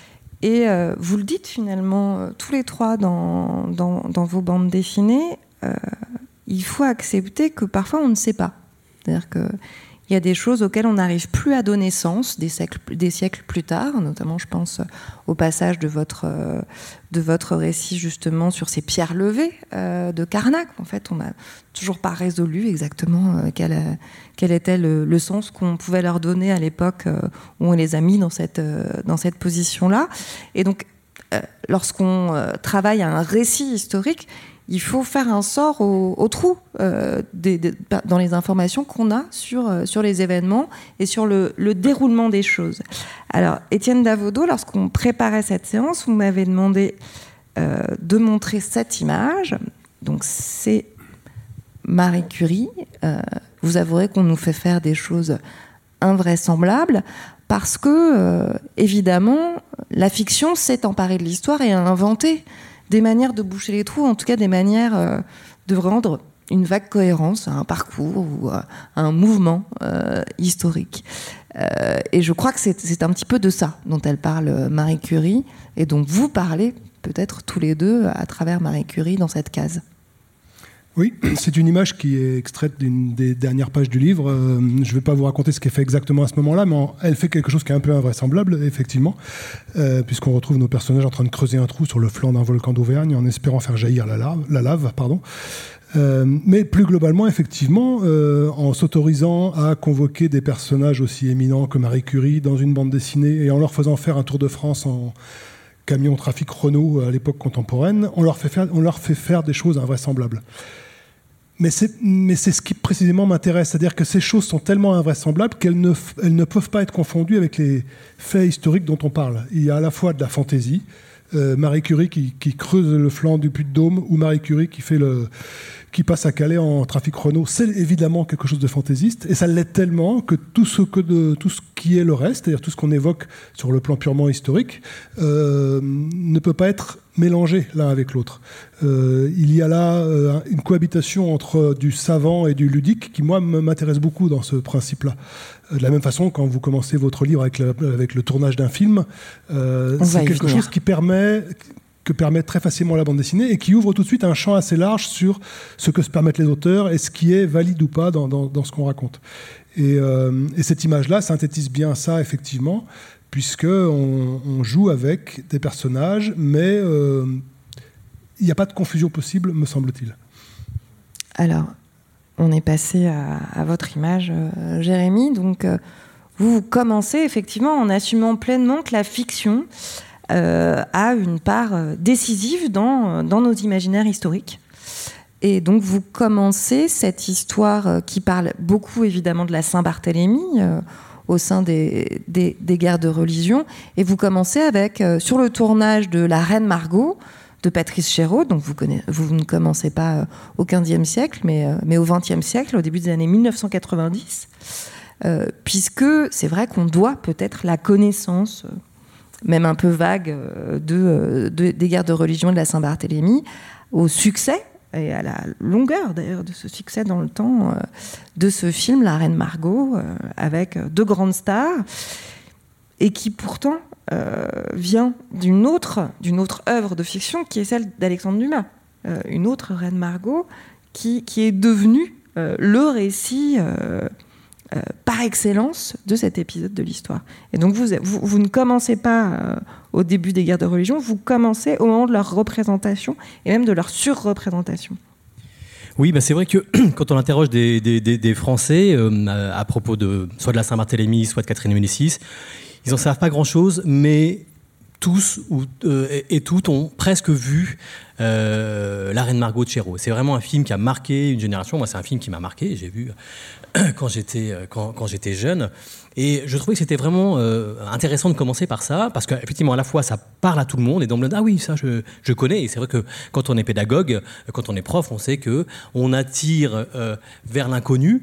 Et euh, vous le dites finalement, euh, tous les trois dans, dans, dans vos bandes dessinées, euh, il faut accepter que parfois on ne sait pas. C'est-à-dire qu'il y a des choses auxquelles on n'arrive plus à donner sens des siècles, des siècles plus tard, notamment je pense au passage de votre, euh, de votre récit justement sur ces pierres levées euh, de Carnac. En fait, on n'a toujours pas résolu exactement euh, quel, euh, quel était le, le sens qu'on pouvait leur donner à l'époque euh, où on les a mis dans cette, euh, dans cette position-là. Et donc, euh, lorsqu'on euh, travaille à un récit historique, il faut faire un sort au, au trou euh, des, des, dans les informations qu'on a sur, euh, sur les événements et sur le, le déroulement des choses. Alors, Étienne Davodo, lorsqu'on préparait cette séance, vous m'avez demandé euh, de montrer cette image. Donc, c'est Marie Curie. Euh, vous avouerez qu'on nous fait faire des choses invraisemblables parce que, euh, évidemment, la fiction s'est emparée de l'histoire et a inventé des manières de boucher les trous, en tout cas des manières euh, de rendre une vague cohérence à un parcours ou à un mouvement euh, historique. Euh, et je crois que c'est, c'est un petit peu de ça dont elle parle, Marie Curie, et dont vous parlez peut-être tous les deux à travers Marie Curie dans cette case. Oui, c'est une image qui est extraite d'une des dernières pages du livre. Euh, je ne vais pas vous raconter ce qu'elle fait exactement à ce moment-là, mais en, elle fait quelque chose qui est un peu invraisemblable, effectivement, euh, puisqu'on retrouve nos personnages en train de creuser un trou sur le flanc d'un volcan d'Auvergne en espérant faire jaillir la lave. La lave pardon. Euh, mais plus globalement, effectivement, euh, en s'autorisant à convoquer des personnages aussi éminents que Marie Curie dans une bande dessinée et en leur faisant faire un tour de France en camion trafic Renault à l'époque contemporaine, on leur fait faire, on leur fait faire des choses invraisemblables. Mais c'est, mais c'est ce qui précisément m'intéresse, c'est-à-dire que ces choses sont tellement invraisemblables qu'elles ne, elles ne peuvent pas être confondues avec les faits historiques dont on parle. Il y a à la fois de la fantaisie, euh, Marie Curie qui, qui creuse le flanc du Puy-de-Dôme ou Marie Curie qui, fait le, qui passe à Calais en trafic Renault, c'est évidemment quelque chose de fantaisiste, et ça l'est tellement que tout ce, que de, tout ce qui est le reste, c'est-à-dire tout ce qu'on évoque sur le plan purement historique, euh, ne peut pas être mélangés l'un avec l'autre. Euh, il y a là euh, une cohabitation entre du savant et du ludique qui, moi, m'intéresse beaucoup dans ce principe-là. Euh, de la même façon, quand vous commencez votre livre avec, la, avec le tournage d'un film, euh, c'est quelque venir. chose qui permet, que permet très facilement la bande dessinée et qui ouvre tout de suite un champ assez large sur ce que se permettent les auteurs et ce qui est valide ou pas dans, dans, dans ce qu'on raconte. Et, euh, et cette image-là synthétise bien ça, effectivement, puisqu'on on joue avec des personnages, mais euh, il n'y a pas de confusion possible, me semble-t-il. Alors, on est passé à, à votre image, euh, Jérémy. Donc, euh, vous commencez effectivement en assumant pleinement que la fiction euh, a une part décisive dans, dans nos imaginaires historiques. Et donc, vous commencez cette histoire qui parle beaucoup, évidemment, de la Saint-Barthélemy, euh, au sein des, des, des guerres de religion. Et vous commencez avec, euh, sur le tournage de La Reine Margot, de Patrice Chéreau, donc vous, connaissez, vous ne commencez pas euh, au quinzième siècle, mais, euh, mais au vingtième siècle, au début des années mille neuf cent quatre-vingt-dix, euh, puisque c'est vrai qu'on doit peut-être la connaissance, euh, même un peu vague, euh, de, euh, de, des guerres de religion de la Saint-Barthélemy, au succès, et à la longueur d'ailleurs de ce succès dans le temps euh, de ce film La Reine Margot, euh, avec deux grandes stars, et qui pourtant euh, vient d'une autre, d'une autre œuvre de fiction qui est celle d'Alexandre Dumas, euh, une autre Reine Margot qui, qui est devenue euh, le récit euh, euh, par excellence de cet épisode de l'histoire. Et donc vous, vous, vous ne commencez pas euh, au début des guerres de religion, vous commencez au moment de leur représentation et même de leur surreprésentation. Oui, bah c'est vrai que quand on interroge des, des, des, des Français euh, à propos de soit de la Saint-Barthélemy, soit de Catherine de Médicis, ils n'en savent pas grand-chose, mais tous ou, euh, et, et toutes ont presque vu euh, La Reine Margot de Chéreau. C'est vraiment un film qui a marqué une génération. Moi, c'est un film qui m'a marqué. J'ai vu quand j'étais, quand, quand j'étais jeune. Et je trouvais que c'était vraiment euh, intéressant de commencer par ça, parce qu'effectivement, à la fois, ça parle à tout le monde, et donc, ah oui, ça, je, je connais. Et c'est vrai que quand on est pédagogue, quand on est prof, on sait qu'on attire euh, vers l'inconnu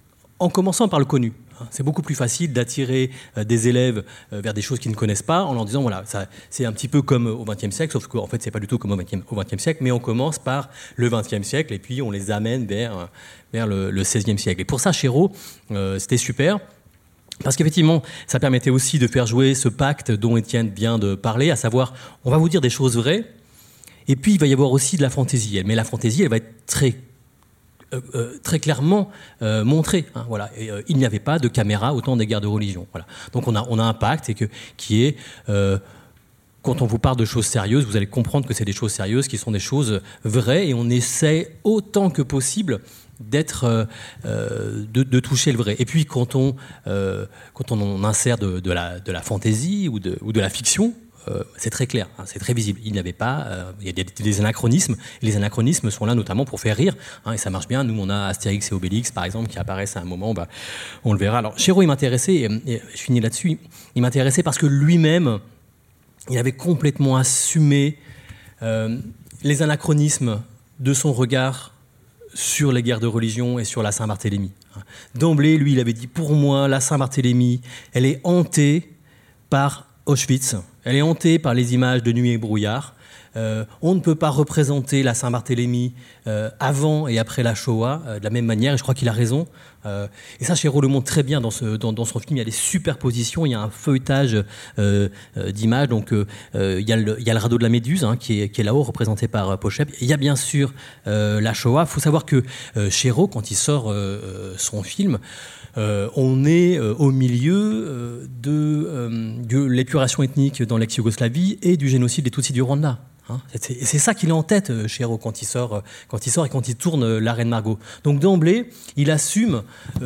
en commençant par le connu. C'est beaucoup plus facile d'attirer euh, des élèves euh, vers des choses qu'ils ne connaissent pas en leur disant, voilà, ça, c'est un petit peu comme au vingtième siècle, sauf qu'en fait, c'est pas du tout comme au vingtième siècle, mais on commence par le vingtième siècle et puis on les amène vers, vers le, le seizième siècle. Et pour ça, Chéreau, euh, c'était super. Parce qu'effectivement, ça permettait aussi de faire jouer ce pacte dont Étienne vient de parler, à savoir, on va vous dire des choses vraies, et puis il va y avoir aussi de la fantaisie. Mais la fantaisie, elle va être très, euh, euh, très clairement euh, montrée. Hein, voilà. Et, euh, il n'y avait pas de caméra au temps des guerres de religion. Voilà. Donc on a, on a un pacte et que, qui est... Euh, quand on vous parle de choses sérieuses, vous allez comprendre que c'est des choses sérieuses, qui sont des choses vraies, et on essaie autant que possible d'être, euh, de, de toucher le vrai. Et puis quand on, euh, quand on insère de, de, la, de la fantaisie ou de, ou de la fiction, euh, c'est très clair, hein, c'est très visible. Il n'y avait pas, euh, il y a des, des anachronismes. Et les anachronismes sont là notamment pour faire rire, hein, et ça marche bien. Nous, on a Astérix et Obélix, par exemple, qui apparaissent à un moment, bah, on le verra. Alors, Chéreau, il m'intéressait, et, et je finis là-dessus, il m'intéressait parce que lui-même, il avait complètement assumé euh, les anachronismes de son regard sur les guerres de religion et sur la Saint-Barthélemy. D'emblée, lui, il avait dit, pour moi, la Saint-Barthélemy, elle est hantée par Auschwitz, elle est hantée par les images de Nuit et brouillard. Euh, on ne peut pas représenter la Saint-Barthélemy euh, avant et après la Shoah euh, de la même manière, et je crois qu'il a raison. Euh, et ça, Chéreau le montre très bien dans, ce, dans, dans son film. Il y a des superpositions, il y a un feuilletage euh, euh, d'images. Donc, euh, il, y a le, il y a le radeau de la Méduse, hein, qui, est, qui est là-haut, représenté par euh, Pochep. Il y a bien sûr euh, la Shoah. Il faut savoir que euh, Chéreau, quand il sort euh, son film, Euh, on est euh, au milieu euh, de, euh, de l'épuration ethnique dans l'ex-Yougoslavie et du génocide des Tutsis du Rwanda. Hein. C'est, c'est ça qu'il a en tête, euh, Chéreau, quand il sort, quand il sort et quand il tourne euh, La Reine Margot. Donc d'emblée, il assume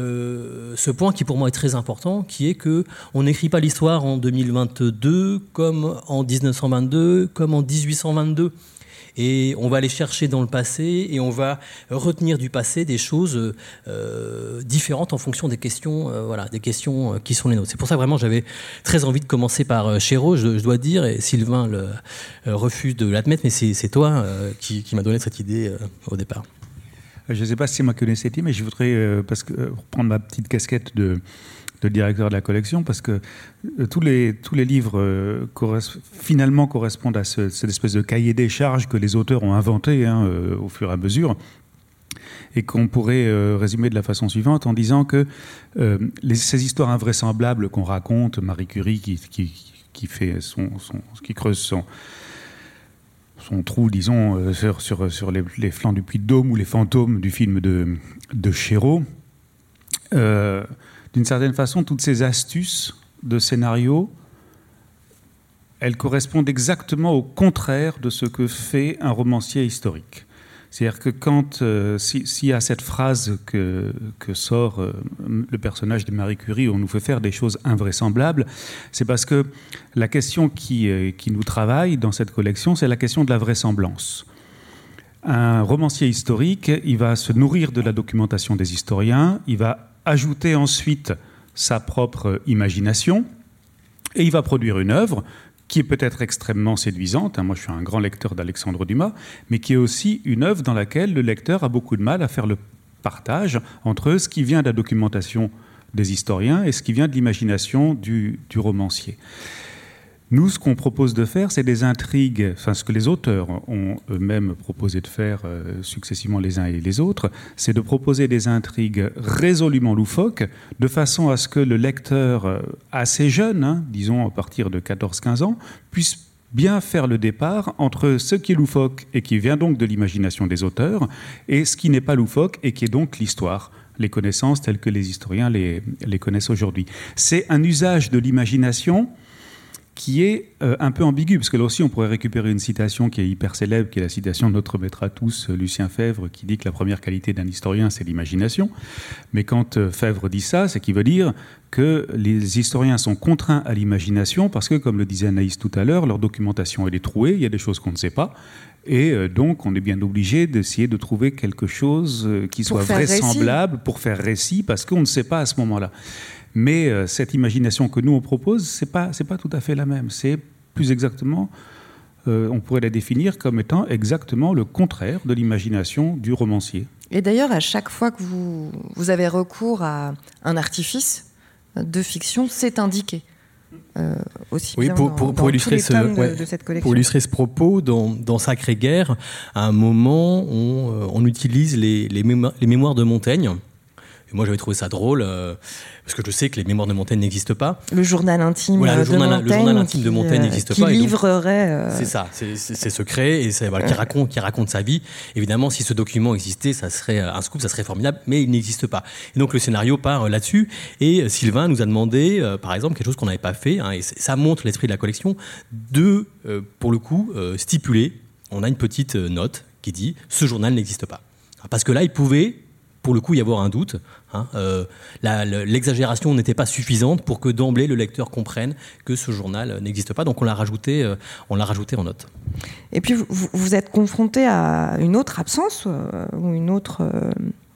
euh, ce point qui pour moi est très important, qui est qu'on n'écrit pas l'histoire en deux mille vingt-deux comme en dix-neuf cent vingt-deux, comme en dix-huit cent vingt-deux. Et on va aller chercher dans le passé et on va retenir du passé des choses euh, différentes en fonction des questions, euh, voilà, des questions qui sont les nôtres. C'est pour ça vraiment j'avais très envie de commencer par euh, Chéreau, je, je dois dire, et Sylvain le, euh, refuse de l'admettre, mais c'est, c'est toi euh, qui, qui m'a donné cette idée euh, au départ. Je ne sais pas si c'est moi qui connaissais, mais je voudrais euh, parce que, euh, reprendre ma petite casquette de... de directeur de la collection, parce que euh, tous, les, tous les livres euh, corres- finalement correspondent à ce, cette espèce de cahier des charges que les auteurs ont inventé hein, euh, au fur et à mesure, et qu'on pourrait euh, résumer de la façon suivante en disant que euh, les, ces histoires invraisemblables qu'on raconte, Marie Curie qui, qui, qui, fait son, son, qui creuse son, son trou, disons, euh, sur, sur, sur les, les flancs du Puy-de-Dôme, ou les fantômes du film de, de Chéreau, euh, d'une certaine façon, toutes ces astuces de scénario, elles correspondent exactement au contraire de ce que fait un romancier historique. C'est-à-dire que quand, euh, si, s'il y a cette phrase que, que sort euh, le personnage de Marie Curie, où on nous fait faire des choses invraisemblables, c'est parce que la question qui, euh, qui nous travaille dans cette collection, c'est la question de la vraisemblance. Un romancier historique, il va se nourrir de la documentation des historiens, il va ajouter ensuite sa propre imagination, et il va produire une œuvre qui est peut-être extrêmement séduisante. Moi, je suis un grand lecteur d'Alexandre Dumas, mais qui est aussi une œuvre dans laquelle le lecteur a beaucoup de mal à faire le partage entre ce qui vient de la documentation des historiens et ce qui vient de l'imagination du, du romancier. Nous, ce qu'on propose de faire, c'est des intrigues, enfin ce que les auteurs ont eux-mêmes proposé de faire euh, successivement les uns et les autres, c'est de proposer des intrigues résolument loufoques, de façon à ce que le lecteur euh, assez jeune, hein, disons à partir de quatorze quinze ans, puisse bien faire le départ entre ce qui est loufoque et qui vient donc de l'imagination des auteurs, et ce qui n'est pas loufoque et qui est donc l'histoire, les connaissances telles que les historiens les, les connaissent aujourd'hui. C'est un usage de l'imagination qui est euh, un peu ambigu, parce que là aussi on pourrait récupérer une citation qui est hyper célèbre, qui est la citation de notre maître à tous, Lucien Febvre, qui dit que la première qualité d'un historien, c'est l'imagination. Mais quand euh, Febvre dit ça, c'est qu'il veut dire que les historiens sont contraints à l'imagination, parce que, comme le disait Anaïs tout à l'heure, leur documentation elle est trouée, il y a des choses qu'on ne sait pas, et euh, donc on est bien obligé d'essayer de trouver quelque chose euh, qui soit vraisemblable récit. Pour faire récit, parce qu'on ne sait pas à ce moment-là. Mais euh, cette imagination que nous on propose, c'est pas c'est pas tout à fait la même. C'est plus exactement, euh, on pourrait la définir comme étant exactement le contraire de l'imagination du romancier. Et d'ailleurs, à chaque fois que vous vous avez recours à un artifice de fiction, c'est indiqué. Euh, aussi oui, bien pour, dans, pour, dans pour illustrer ce, de, ouais, de cette collection. Pour illustrer ce propos, dans, dans Sacré Guerre, à un moment, on, on utilise les, les, mémo- les mémoires de Montaigne. Moi, j'avais trouvé ça drôle, euh, parce que je sais que les mémoires de Montaigne n'existent pas. Le journal intime voilà, le de journal, Montaigne. Le journal intime de Montaigne euh, n'existe qui pas. Qui livrerait... Donc, euh... C'est ça, c'est, c'est, c'est secret, et c'est, voilà, qui, raconte, qui raconte sa vie. Évidemment, si ce document existait, ça serait un scoop, ça serait formidable, mais il n'existe pas. Et donc, le scénario part là-dessus, et Sylvain nous a demandé, euh, par exemple, quelque chose qu'on n'avait pas fait, hein, et ça montre l'esprit de la collection, de, euh, pour le coup, euh, stipuler, on a une petite note qui dit « ce journal n'existe pas ». Parce que là, il pouvait... pour le coup, y avoir un doute. Hein, euh, la, l'exagération n'était pas suffisante pour que d'emblée le lecteur comprenne que ce journal n'existe pas. Donc on l'a rajouté, euh, on l'a rajouté en note. Et puis vous, vous êtes confronté à une autre absence euh, ou une autre euh,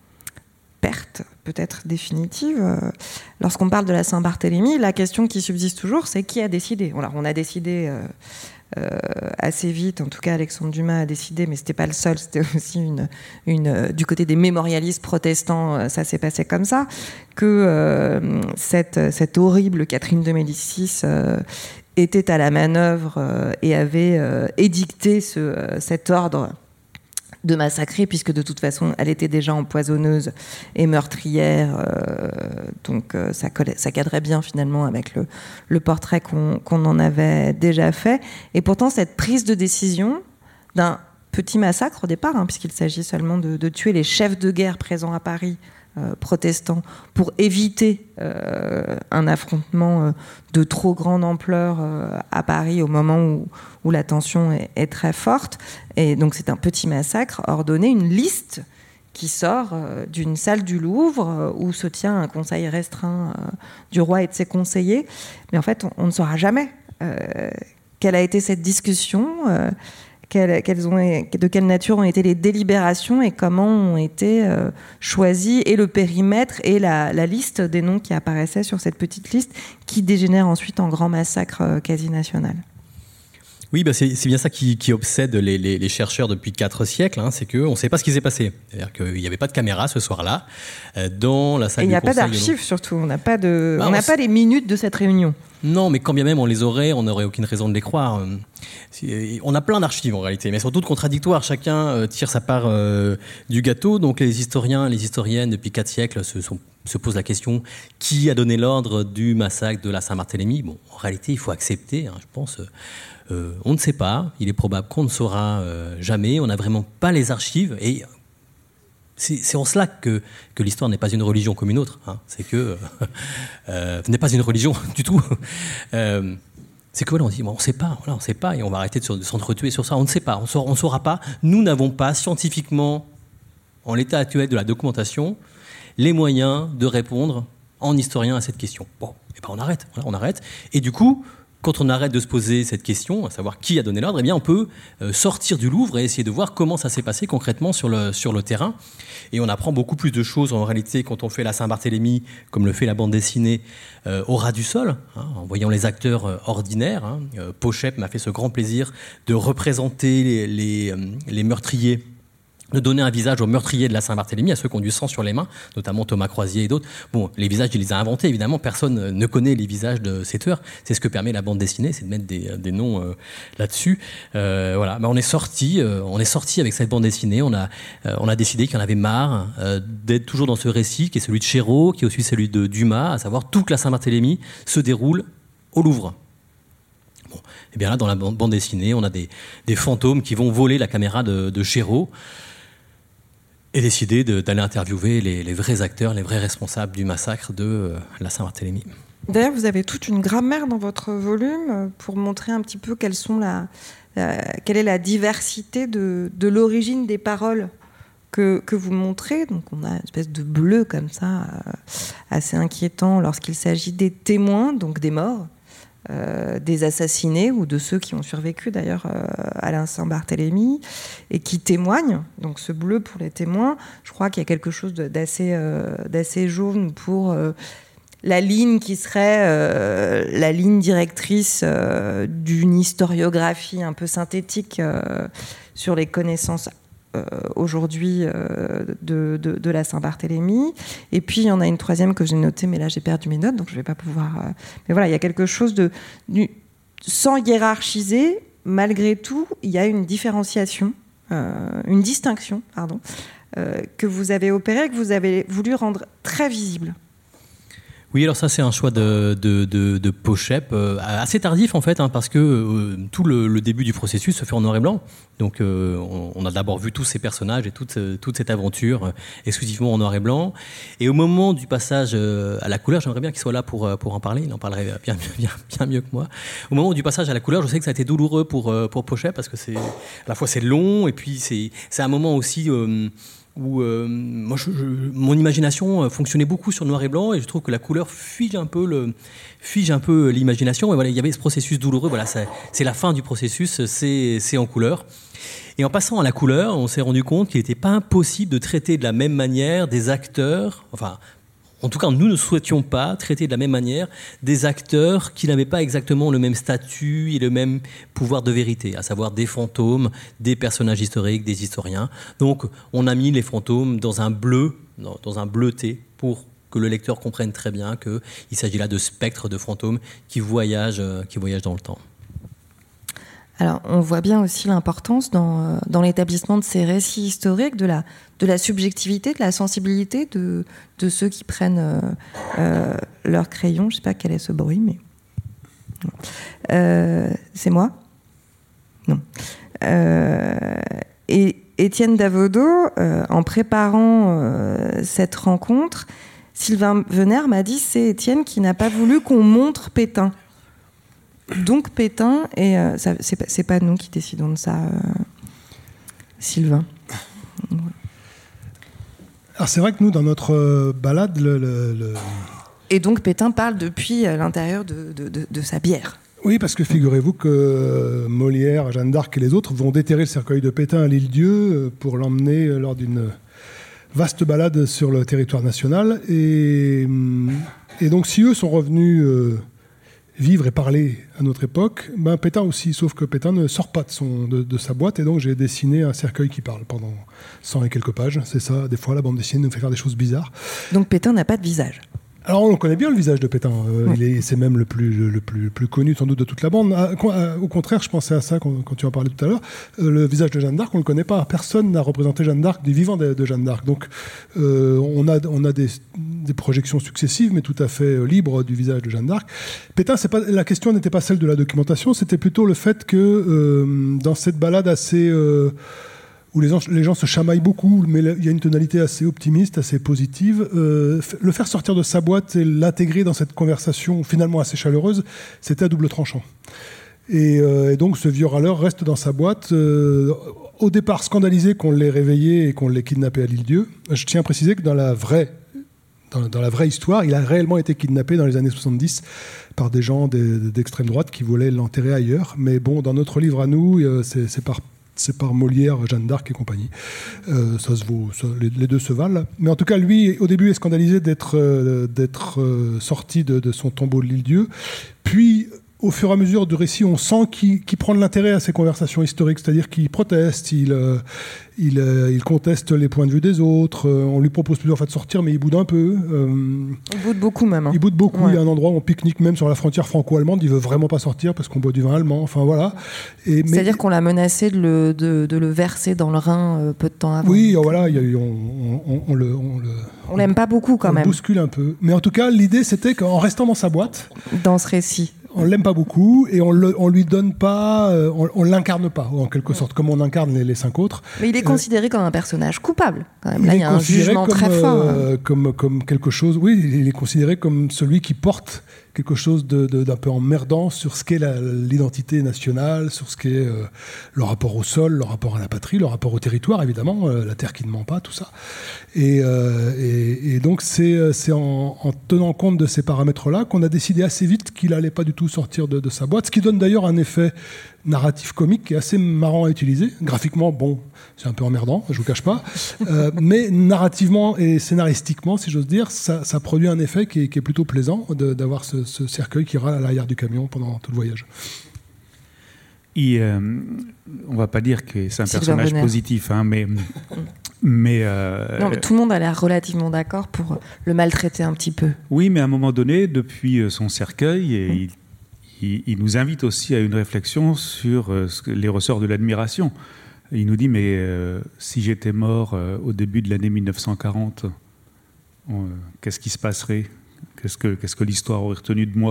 perte, peut-être définitive. Lorsqu'on parle de la Saint-Barthélemy, la question qui subsiste toujours, c'est qui a décidé. Alors on a décidé. Euh, Euh, assez vite, en tout cas Alexandre Dumas a décidé, mais c'était pas le seul, c'était aussi une, une, euh, du côté des mémorialistes protestants, euh, ça s'est passé comme ça, que euh, cette, cette horrible Catherine de Médicis euh, était à la manœuvre euh, et avait euh, édicté ce, euh, cet ordre de massacrer, puisque de toute façon elle était déjà empoisonneuse et meurtrière, euh, donc euh, ça, collait, ça cadrait bien finalement avec le, le portrait qu'on, qu'on en avait déjà fait. Et pourtant cette prise de décision d'un petit massacre au départ, hein, puisqu'il s'agit seulement de, de tuer les chefs de guerre présents à Paris, euh, protestants, pour éviter euh, un affrontement euh, de trop grande ampleur euh, à Paris au moment où, où la tension est, est très forte. Et donc c'est un petit massacre ordonné, une liste qui sort euh, d'une salle du Louvre euh, où se tient un conseil restreint euh, du roi et de ses conseillers. Mais en fait, on, on ne saura jamais euh, quelle a été cette discussion, euh, quelles, quelles ont, de quelle nature ont été les délibérations et comment ont été euh, choisis, et le périmètre et la, la liste des noms qui apparaissaient sur cette petite liste qui dégénère ensuite en grand massacre euh, quasi national. Oui, bah c'est, c'est bien ça qui, qui obsède les, les, les chercheurs depuis quatre siècles, hein, c'est qu'on ne sait pas ce qui s'est passé. C'est-à-dire qu'il n'y avait pas de caméra ce soir-là euh, dans la salle du conseil. Et il n'y a pas d'archives surtout, on n'a pas, de, bah, on n'a pas les minutes de cette réunion. Non, mais quand bien même on les aurait, on n'aurait aucune raison de les croire. On a plein d'archives en réalité, mais elles sont toutes contradictoires. Chacun tire sa part euh, du gâteau. Donc les historiens, les historiennes depuis quatre siècles se, sont, se posent la question qui a donné l'ordre du massacre de la Saint-Barthélemy. Bon, en réalité, il faut accepter, hein, je pense. Euh, on ne sait pas. Il est probable qu'on ne saura euh, jamais. On n'a vraiment pas les archives et C'est, c'est en cela que, que l'histoire n'est pas une religion comme une autre. Hein. C'est que euh, n'est pas une religion du tout. Euh, c'est que voilà, on dit bon, on ne sait pas, voilà, on sait pas, et on va arrêter de, de s'entretuer sur ça. On ne sait pas, on ne saura pas. Nous n'avons pas scientifiquement, en l'état actuel de la documentation, les moyens de répondre en historien à cette question. Bon, et ben on arrête, voilà, on arrête. Et du coup, quand on arrête de se poser cette question, à savoir qui a donné l'ordre, eh bien on peut euh, sortir du Louvre et essayer de voir comment ça s'est passé concrètement sur le, sur le terrain. Et on apprend beaucoup plus de choses en réalité quand on fait la Saint-Barthélemy, comme le fait la bande dessinée, euh, au ras du sol, hein, en voyant les acteurs euh, ordinaires. Hein. Euh, Pochep m'a fait ce grand plaisir de représenter les, les, euh, les meurtriers, de donner un visage aux meurtriers de la Saint-Barthélemy, à ceux qui ont du sang sur les mains, notamment Thomas Croisier et d'autres. Bon, les visages, il les a inventés, évidemment, personne ne connaît les visages de ces tueurs. C'est ce que permet la bande dessinée, c'est de mettre des, des noms euh, là-dessus. Euh, voilà, mais on est sorti, euh, on est sorti avec cette bande dessinée. On a, euh, on a décidé qu'il y en avait marre euh, d'être toujours dans ce récit, qui est celui de Chéreau, qui est aussi celui de Dumas, à savoir toute la Saint-Barthélemy se déroule au Louvre. Bon, et bien là, dans la bande dessinée, on a des, des fantômes qui vont voler la caméra de, de Chéreau. Et décidé de, d'aller interviewer les, les vrais acteurs, les vrais responsables du massacre de euh, la Saint-Barthélemy. D'ailleurs, vous avez toute une grammaire dans votre volume pour montrer un petit peu quelles sont la, la, quelle est la diversité de, de l'origine des paroles que, que vous montrez. Donc, on a une espèce de bleu comme ça, euh, assez inquiétant lorsqu'il s'agit des témoins, donc des morts, euh, des assassinés ou de ceux qui ont survécu d'ailleurs euh, à la Saint-Barthélemy et qui témoignent. Donc, ce bleu pour les témoins, je crois qu'il y a quelque chose d'assez, euh, d'assez jaune pour... Euh, la ligne qui serait euh, la ligne directrice euh, d'une historiographie un peu synthétique euh, sur les connaissances euh, aujourd'hui euh, de, de, de la Saint-Barthélemy. Et puis, il y en a une troisième que j'ai notée, mais là, j'ai perdu mes notes, donc je ne vais pas pouvoir... Euh... Mais voilà, il y a quelque chose de... de sans hiérarchiser, malgré tout, il y a une différenciation, euh, une distinction, pardon, euh, que vous avez opérée, que vous avez voulu rendre très visible. Oui, alors ça c'est un choix de, de, de, de Pochep, euh, assez tardif en fait, hein, parce que euh, tout le, le début du processus se fait en noir et blanc. Donc euh, on, on a d'abord vu tous ces personnages et toute, toute cette aventure euh, exclusivement en noir et blanc. Et au moment du passage euh, à la couleur, j'aimerais bien qu'il soit là pour, pour en parler, il en parlerait bien, bien, bien mieux que moi. Au moment du passage à la couleur, je sais que ça a été douloureux pour, pour Pochep, parce que c'est, à la fois c'est long, et puis c'est, c'est un moment aussi... Euh, où euh, moi, je, je, mon imagination fonctionnait beaucoup sur le noir et blanc, et je trouve que la couleur fige un peu, le, fige un peu l'imagination. Et voilà, il y avait ce processus douloureux. Voilà, c'est, c'est la fin du processus, c'est, c'est en couleur. Et en passant à la couleur, on s'est rendu compte qu'il n'était pas impossible de traiter de la même manière des acteurs, enfin, en tout cas, nous ne souhaitions pas traiter de la même manière des acteurs qui n'avaient pas exactement le même statut et le même pouvoir de vérité, à savoir des fantômes, des personnages historiques, des historiens. Donc, on a mis les fantômes dans un bleu, dans un bleuté, pour que le lecteur comprenne très bien qu'il s'agit là de spectres, de fantômes qui voyagent, qui voyagent dans le temps. Alors, on voit bien aussi l'importance dans, dans l'établissement de ces récits historiques, de la, de la subjectivité, de la sensibilité de, de ceux qui prennent euh, euh, leur crayon. Je ne sais pas quel est ce bruit, mais... Euh, c'est moi ? Non. Euh, et Étienne Davodo, euh, en préparant euh, cette rencontre, Sylvain Venère m'a dit « c'est Étienne qui n'a pas voulu qu'on montre Pétain ». Donc Pétain, et euh, ça, c'est, pas, c'est pas nous qui décidons de ça, euh, Sylvain. Ouais. Alors c'est vrai que nous, dans notre euh, balade, le, le, le... Et donc Pétain parle depuis l'intérieur de, de, de, de sa bière. Oui, parce que figurez-vous que Molière, Jeanne d'Arc et les autres vont déterrer le cercueil de Pétain à l'Île-Dieu pour l'emmener lors d'une vaste balade sur le territoire national. Et, et donc si eux sont revenus... Euh, vivre et parler à notre époque, ben Pétain aussi, sauf que Pétain ne sort pas de, son, de, de sa boîte, et donc j'ai dessiné un cercueil qui parle pendant cent et quelques pages. C'est ça, des fois la bande dessinée nous fait faire des choses bizarres. Donc Pétain n'a pas de visage. Alors on connaît bien le visage de Pétain, euh, oui. il est, c'est même le plus, le, le, plus, le plus connu sans doute de toute la bande. À, à, au contraire, je pensais à ça quand, quand tu en parlais tout à l'heure, euh, le visage de Jeanne d'Arc, on ne le connaît pas, personne n'a représenté Jeanne d'Arc du vivant de, de Jeanne d'Arc. Donc euh, on a, on a des, des projections successives, mais tout à fait libres du visage de Jeanne d'Arc. Pétain, c'est pas, la question n'était pas celle de la documentation, c'était plutôt le fait que euh, dans cette balade assez... Euh, où les gens, les gens se chamaillent beaucoup, mais il y a une tonalité assez optimiste, assez positive. Euh, le faire sortir de sa boîte et l'intégrer dans cette conversation finalement assez chaleureuse, c'était à double tranchant. Et, euh, et donc ce vieux râleur reste dans sa boîte, euh, au départ scandalisé qu'on l'ait réveillé et qu'on l'ait kidnappé à l'Île-Dieu. Je tiens à préciser que dans la vraie... Dans, dans la vraie histoire, il a réellement été kidnappé dans les années soixante-dix par des gens des, d'extrême droite qui voulaient l'enterrer ailleurs. Mais bon, dans notre livre à nous, c'est, c'est par... c'est par Molière, Jeanne d'Arc et compagnie. Euh, ça se vaut, ça, les, les deux se valent. Mais en tout cas, lui, au début, est scandalisé d'être, euh, d'être euh, sorti de, de son tombeau de l'Île-Dieu. Puis, au fur et à mesure du récit, on sent qu'il, qu'il prend de l'intérêt à ces conversations historiques, c'est-à-dire qu'il proteste, il, euh, il, euh, il conteste les points de vue des autres. Euh, on lui propose plusieurs fois de sortir, mais il boude un peu. Euh, il boude beaucoup même. Hein. Il boude beaucoup. Ouais. Il y a un endroit où on pique-nique même sur la frontière franco-allemande. Il veut vraiment pas sortir parce qu'on boit du vin allemand. Enfin voilà. Et, mais, c'est-à-dire qu'on l'a menacé de le, de, de le verser dans le Rhin euh, peu de temps avant. Oui, voilà. Il y a eu, on, on, on, le, on le. On l'aime pas beaucoup quand on même. On bouscule un peu. Mais en tout cas, l'idée c'était qu'en restant dans sa boîte. Dans ce récit. On l'aime pas beaucoup et on, le, on lui donne pas, euh, on, on l'incarne pas en quelque sorte, comme on incarne les, les cinq autres. Mais il est considéré euh, comme un personnage coupable. Quand même. Là, il y a un jugement comme, très fort. Euh, comme, comme quelque chose. Oui, il est considéré comme celui qui porte quelque chose de, de, d'un peu emmerdant sur ce qu'est la, l'identité nationale, sur ce qu'est euh, le rapport au sol, le rapport à la patrie, le rapport au territoire, évidemment, euh, la terre qui ne ment pas, tout ça. Et, euh, et, et donc, c'est, c'est en, en tenant compte de ces paramètres-là qu'on a décidé assez vite qu'il n'allait pas du tout sortir de, de sa boîte, ce qui donne d'ailleurs un effet narratif comique qui est assez marrant à utiliser. Graphiquement, bon, c'est un peu emmerdant, je vous cache pas, euh, mais narrativement et scénaristiquement, si j'ose dire, ça, ça produit un effet qui est, qui est plutôt plaisant de, d'avoir ce, ce cercueil qui râle à l'arrière du camion pendant tout le voyage. Et, euh, on va pas dire que c'est un Sylvain personnage Bonner. positif, hein, mais mais, euh, non, mais tout le monde a l'air relativement d'accord pour le maltraiter un petit peu. Oui, mais à un moment donné, depuis son cercueil, et il Il, il nous invite aussi à une réflexion sur euh, ce que, les ressorts de l'admiration. Il nous dit, mais euh, si j'étais mort euh, au début de l'année mille neuf cent quarante, euh, qu'est-ce qui se passerait ? Qu'est-ce que, qu'est-ce que l'histoire aurait retenu de moi ?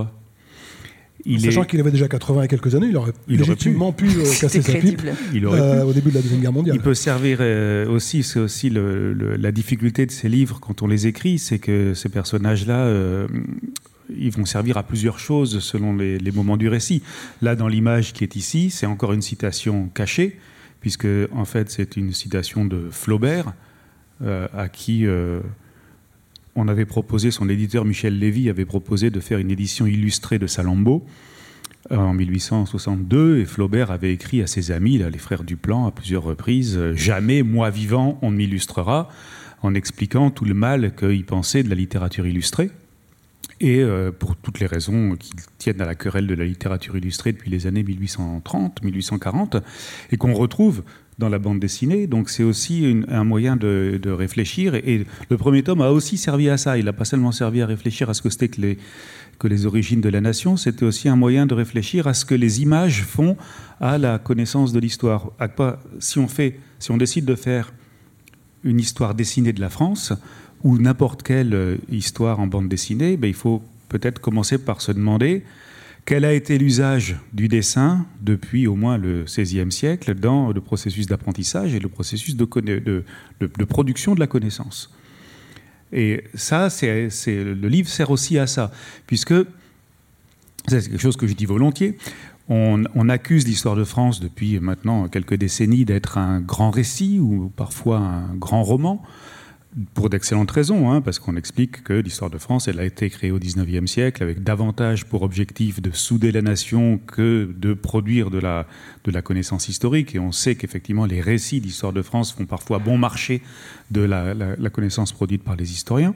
Il Sachant est... qu'il avait déjà quatre-vingts et quelques années, il aurait il légitimement pu, pu euh, casser sa pipe il aurait euh, pu. au début de la Deuxième Guerre mondiale. Il peut servir euh, aussi, c'est aussi le, le, la difficulté de ces livres quand on les écrit, c'est que ces personnages-là... Euh, ils vont servir à plusieurs choses selon les, les moments du récit. Là, dans l'image qui est ici, c'est encore une citation cachée, puisque en fait, c'est une citation de Flaubert, euh, à qui euh, on avait proposé, son éditeur Michel Lévy avait proposé de faire une édition illustrée de Salammbô euh, en mille huit cent soixante-deux, et Flaubert avait écrit à ses amis, là, les frères Duplan, à plusieurs reprises, « Jamais, moi vivant, on ne m'illustrera », en expliquant tout le mal qu'il pensait de la littérature illustrée. Et euh, pour toutes les raisons qui tiennent à la querelle de la littérature illustrée depuis les années mille huit cent trente, mille huit cent quarante, et qu'on retrouve dans la bande dessinée. Donc c'est aussi une, un moyen de, de réfléchir. Et, et le premier tome a aussi servi à ça. Il n'a pas seulement servi à réfléchir à ce que c'était que les, que les origines de la nation, c'était aussi un moyen de réfléchir à ce que les images font à la connaissance de l'histoire. À quoi, si on fait, si on décide de faire une histoire dessinée de la France, ou n'importe quelle histoire en bande dessinée, ben il faut peut-être commencer par se demander quel a été l'usage du dessin depuis au moins le seizième siècle dans le processus d'apprentissage et le processus de, de, de, de production de la connaissance. Et ça, c'est, c'est, le livre sert aussi à ça, puisque, c'est quelque chose que je dis volontiers, on, on accuse l'histoire de France depuis maintenant quelques décennies d'être un grand récit ou parfois un grand roman, pour d'excellentes raisons, hein, parce qu'on explique que l'histoire de France, elle a été créée au dix-neuvième siècle avec davantage pour objectif de souder la nation que de produire de la, de la connaissance historique. Et on sait qu'effectivement, les récits d'histoire de France font parfois bon marché de la, la, la connaissance produite par les historiens.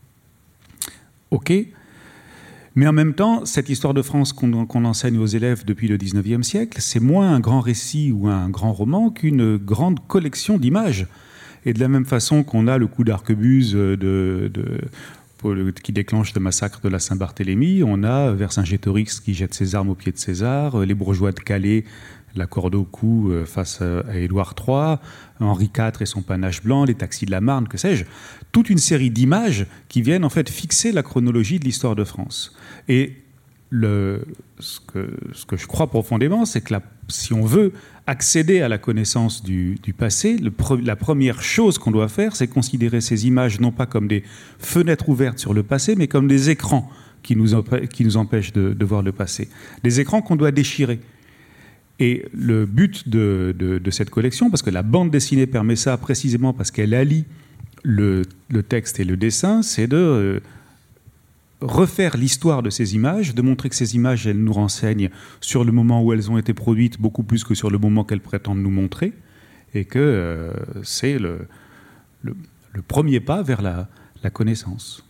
OK. Mais en même temps, cette histoire de France qu'on, qu'on enseigne aux élèves depuis le dix-neuvième siècle, c'est moins un grand récit ou un grand roman qu'une grande collection d'images. Et de la même façon qu'on a le coup d'arquebuse de, de, de, qui déclenche le massacre de la Saint-Barthélemy, on a Vercingétorix qui jette ses armes aux pieds de César, les bourgeois de Calais, la corde au cou face à Édouard trois, Henri quatre et son panache blanc, les taxis de la Marne, que sais-je. Toute une série d'images qui viennent en fait fixer la chronologie de l'histoire de France. Et le, ce, que, ce que je crois profondément, c'est que la, si on veut accéder à la connaissance du, du passé, le pre, la première chose qu'on doit faire, c'est considérer ces images non pas comme des fenêtres ouvertes sur le passé, mais comme des écrans qui nous, empê- qui nous empêchent de, de voir le passé. Des écrans qu'on doit déchirer. Et le but de, de, de cette collection, parce que la bande dessinée permet ça précisément parce qu'elle allie le, le texte et le dessin, c'est de... Euh, refaire l'histoire de ces images, de montrer que ces images, elles nous renseignent sur le moment où elles ont été produites, beaucoup plus que sur le moment qu'elles prétendent nous montrer, et que euh, c'est le, le, le premier pas vers la, la connaissance.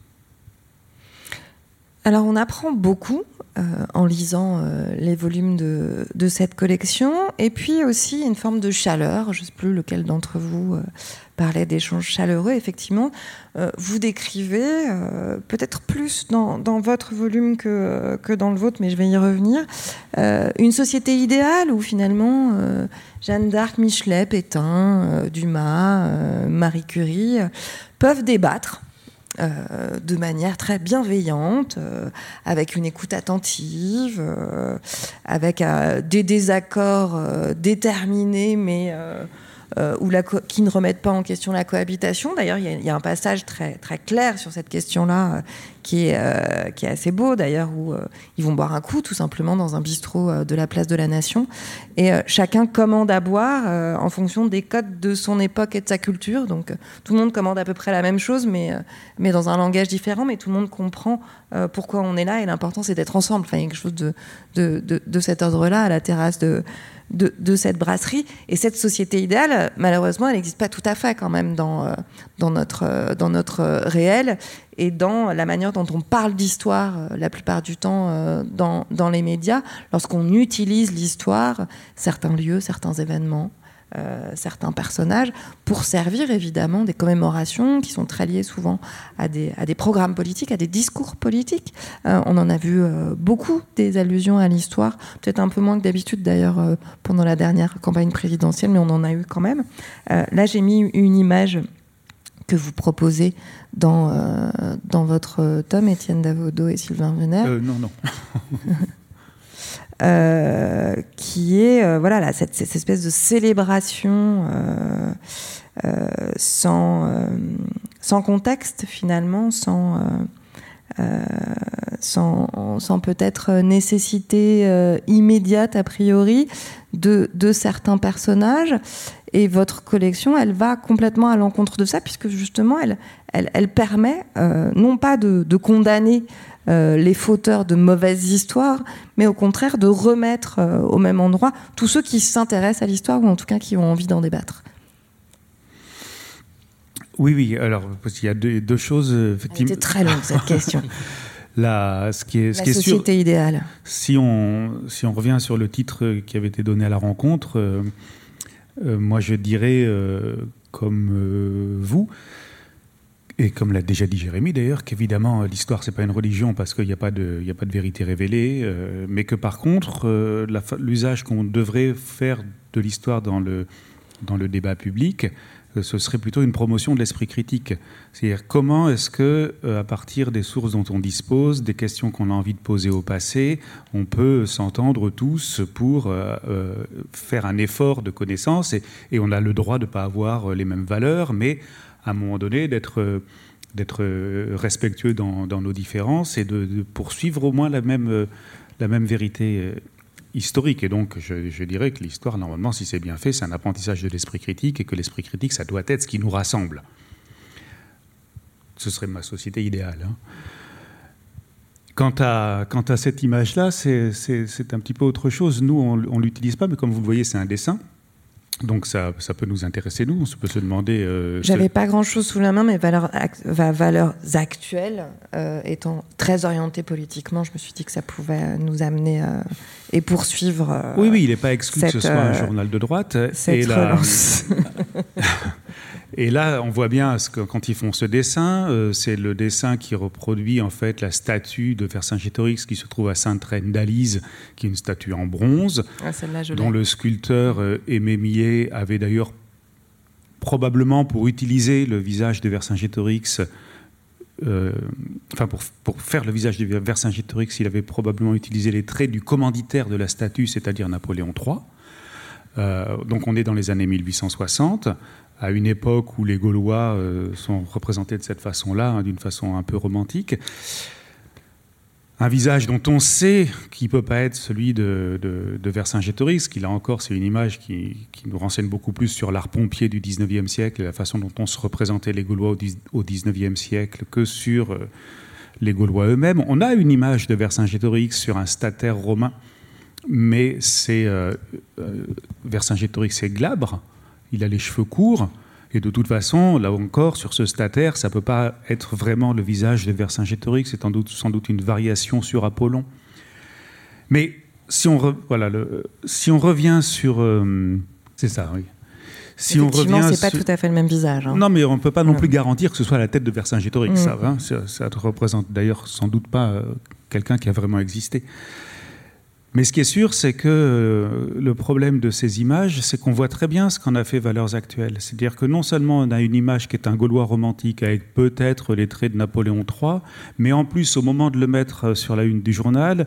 Alors on apprend beaucoup euh, en lisant euh, les volumes de, de cette collection, et puis aussi une forme de chaleur. Je ne sais plus lequel d'entre vous euh, parlait d'échanges chaleureux. Effectivement, euh, vous décrivez euh, peut-être plus dans, dans votre volume que, que dans le vôtre, mais je vais y revenir, euh, une société idéale où finalement euh, Jeanne d'Arc, Michelet, Pétain, euh, Dumas, euh, Marie Curie euh, peuvent débattre Euh, de manière très bienveillante, euh, avec une écoute attentive, euh, avec euh, des désaccords euh, déterminés, mais euh, euh, ou la co- qui ne remettent pas en question la cohabitation. D'ailleurs, il y, y a un passage très, très clair sur cette question-là euh, qui, est, euh, qui est assez beau, d'ailleurs, où euh, ils vont boire un coup, tout simplement, dans un bistrot euh, de la place de la Nation. Et euh, chacun commande à boire euh, en fonction des codes de son époque et de sa culture. Donc, euh, tout le monde commande à peu près la même chose, mais, euh, mais dans un langage différent. Mais tout le monde comprend euh, pourquoi on est là. Et l'important, c'est d'être ensemble. Enfin, il y a quelque chose de, de, de, de cet ordre-là à la terrasse de... De, de cette brasserie. Et cette société idéale, malheureusement, elle n'existe pas tout à fait quand même dans, euh, dans, notre, euh, dans notre euh, réel et dans la manière dont on parle d'histoire euh, la plupart du temps euh, dans, dans les médias, lorsqu'on utilise l'histoire, certains lieux, certains événements, euh, certains personnages, pour servir évidemment des commémorations qui sont très liées souvent à des, à des programmes politiques, à des discours politiques. Euh, on en a vu euh, beaucoup des allusions à l'histoire, peut-être un peu moins que d'habitude d'ailleurs euh, pendant la dernière campagne présidentielle, mais on en a eu quand même. Euh, là, j'ai mis une image que vous proposez dans, euh, dans votre tome, Étienne Davodo et Sylvain Venère. Euh, non, non. Euh, qui est euh, voilà là, cette, cette espèce de célébration euh, euh, sans, euh, sans contexte finalement, sans, euh, euh, sans, sans peut-être nécessité euh, immédiate a priori de, de certains personnages. Et votre collection, elle va complètement à l'encontre de ça, puisque justement, elle, elle, elle permet euh, non pas de, de condamner Euh, les fauteurs de mauvaises histoires, mais au contraire de remettre euh, au même endroit tous ceux qui s'intéressent à l'histoire ou en tout cas qui ont envie d'en débattre. Oui, oui. Alors, parce qu'il y a deux, deux choses. Effectivement. Elle était très longue cette question. La, ce qui est, ce La qui est société sûr, idéale. Si on, si on revient sur le titre qui avait été donné à la rencontre, euh, euh, moi je dirais, euh, comme euh, vous, et comme l'a déjà dit Jérémy d'ailleurs, qu'évidemment l'histoire c'est pas une religion parce qu'il n'y a pas de, il y a pas de vérité révélée, euh, mais que par contre euh, la, l'usage qu'on devrait faire de l'histoire dans le, dans le débat public, euh, ce serait plutôt une promotion de l'esprit critique. C'est-à-dire comment est-ce que euh, à partir des sources dont on dispose, des questions qu'on a envie de poser au passé, on peut s'entendre tous pour euh, euh, faire un effort de connaissance et, et on a le droit de ne pas avoir les mêmes valeurs, mais à un moment donné, d'être, d'être respectueux dans, dans nos différences et de, de poursuivre au moins la même, la même vérité historique. Et donc, je, je dirais que l'histoire, normalement, si c'est bien fait, c'est un apprentissage de l'esprit critique et que l'esprit critique, ça doit être ce qui nous rassemble. Ce serait ma société idéale. Hein. Quant à, quant à cette image-là, c'est, c'est, c'est un petit peu autre chose. Nous, on ne l'utilise pas, mais comme vous le voyez, c'est un dessin. Donc ça, ça peut nous intéresser, nous. On peut se demander... Euh, J'avais ce... pas grand-chose sous la main, mais valeurs, act- valeurs actuelles, euh, étant très orientées politiquement, je me suis dit que ça pouvait nous amener euh, et poursuivre... Euh, oui, oui, il n'est pas exclu cette, que ce soit un euh, journal de droite. Cette et là, relance. Et là, on voit bien que quand ils font ce dessin, euh, c'est le dessin qui reproduit en fait la statue de Vercingétorix qui se trouve à Sainte-Reine d'Alise, qui est une statue en bronze, ah, celle-là, je dont l'ai. le sculpteur euh, Aimé Millet avait d'ailleurs probablement pour utiliser le visage de Vercingétorix, euh, enfin pour, pour faire le visage de Vercingétorix, il avait probablement utilisé les traits du commanditaire de la statue, c'est-à-dire Napoléon trois. Euh, donc on est dans les années mille huit cent soixante, à une époque où les Gaulois euh, sont représentés de cette façon-là, hein, d'une façon un peu romantique. Un visage dont on sait qu'il ne peut pas être celui de, de, de Vercingétorix, qui là encore c'est une image qui, qui nous renseigne beaucoup plus sur l'art pompier du dix-neuvième siècle et la façon dont on se représentait les Gaulois au dix-neuvième siècle que sur euh, les Gaulois eux-mêmes. On a une image de Vercingétorix sur un statère romain, mais c'est euh, euh, Vercingétorix est glabre, il a les cheveux courts, et de toute façon, là encore, sur ce statère, ça ne peut pas être vraiment le visage de Vercingétorix, c'est sans doute, sans doute une variation sur Apollon. Mais si on, re, voilà, le, si on revient sur... Euh, c'est ça, oui. Si Effectivement, ce n'est pas sur... tout à fait le même visage. Hein. Non, mais on ne peut pas non plus garantir que ce soit la tête de Vercingétorix. Mmh. Ça, hein, ça, ça ne représente d'ailleurs sans doute pas euh, quelqu'un qui a vraiment existé. Mais ce qui est sûr, c'est que euh, le problème de ces images, c'est qu'on voit très bien ce qu'en a fait Valeurs Actuelles. C'est-à-dire que non seulement on a une image qui est un Gaulois romantique avec peut-être les traits de Napoléon trois, mais en plus, au moment de le mettre sur la une du journal,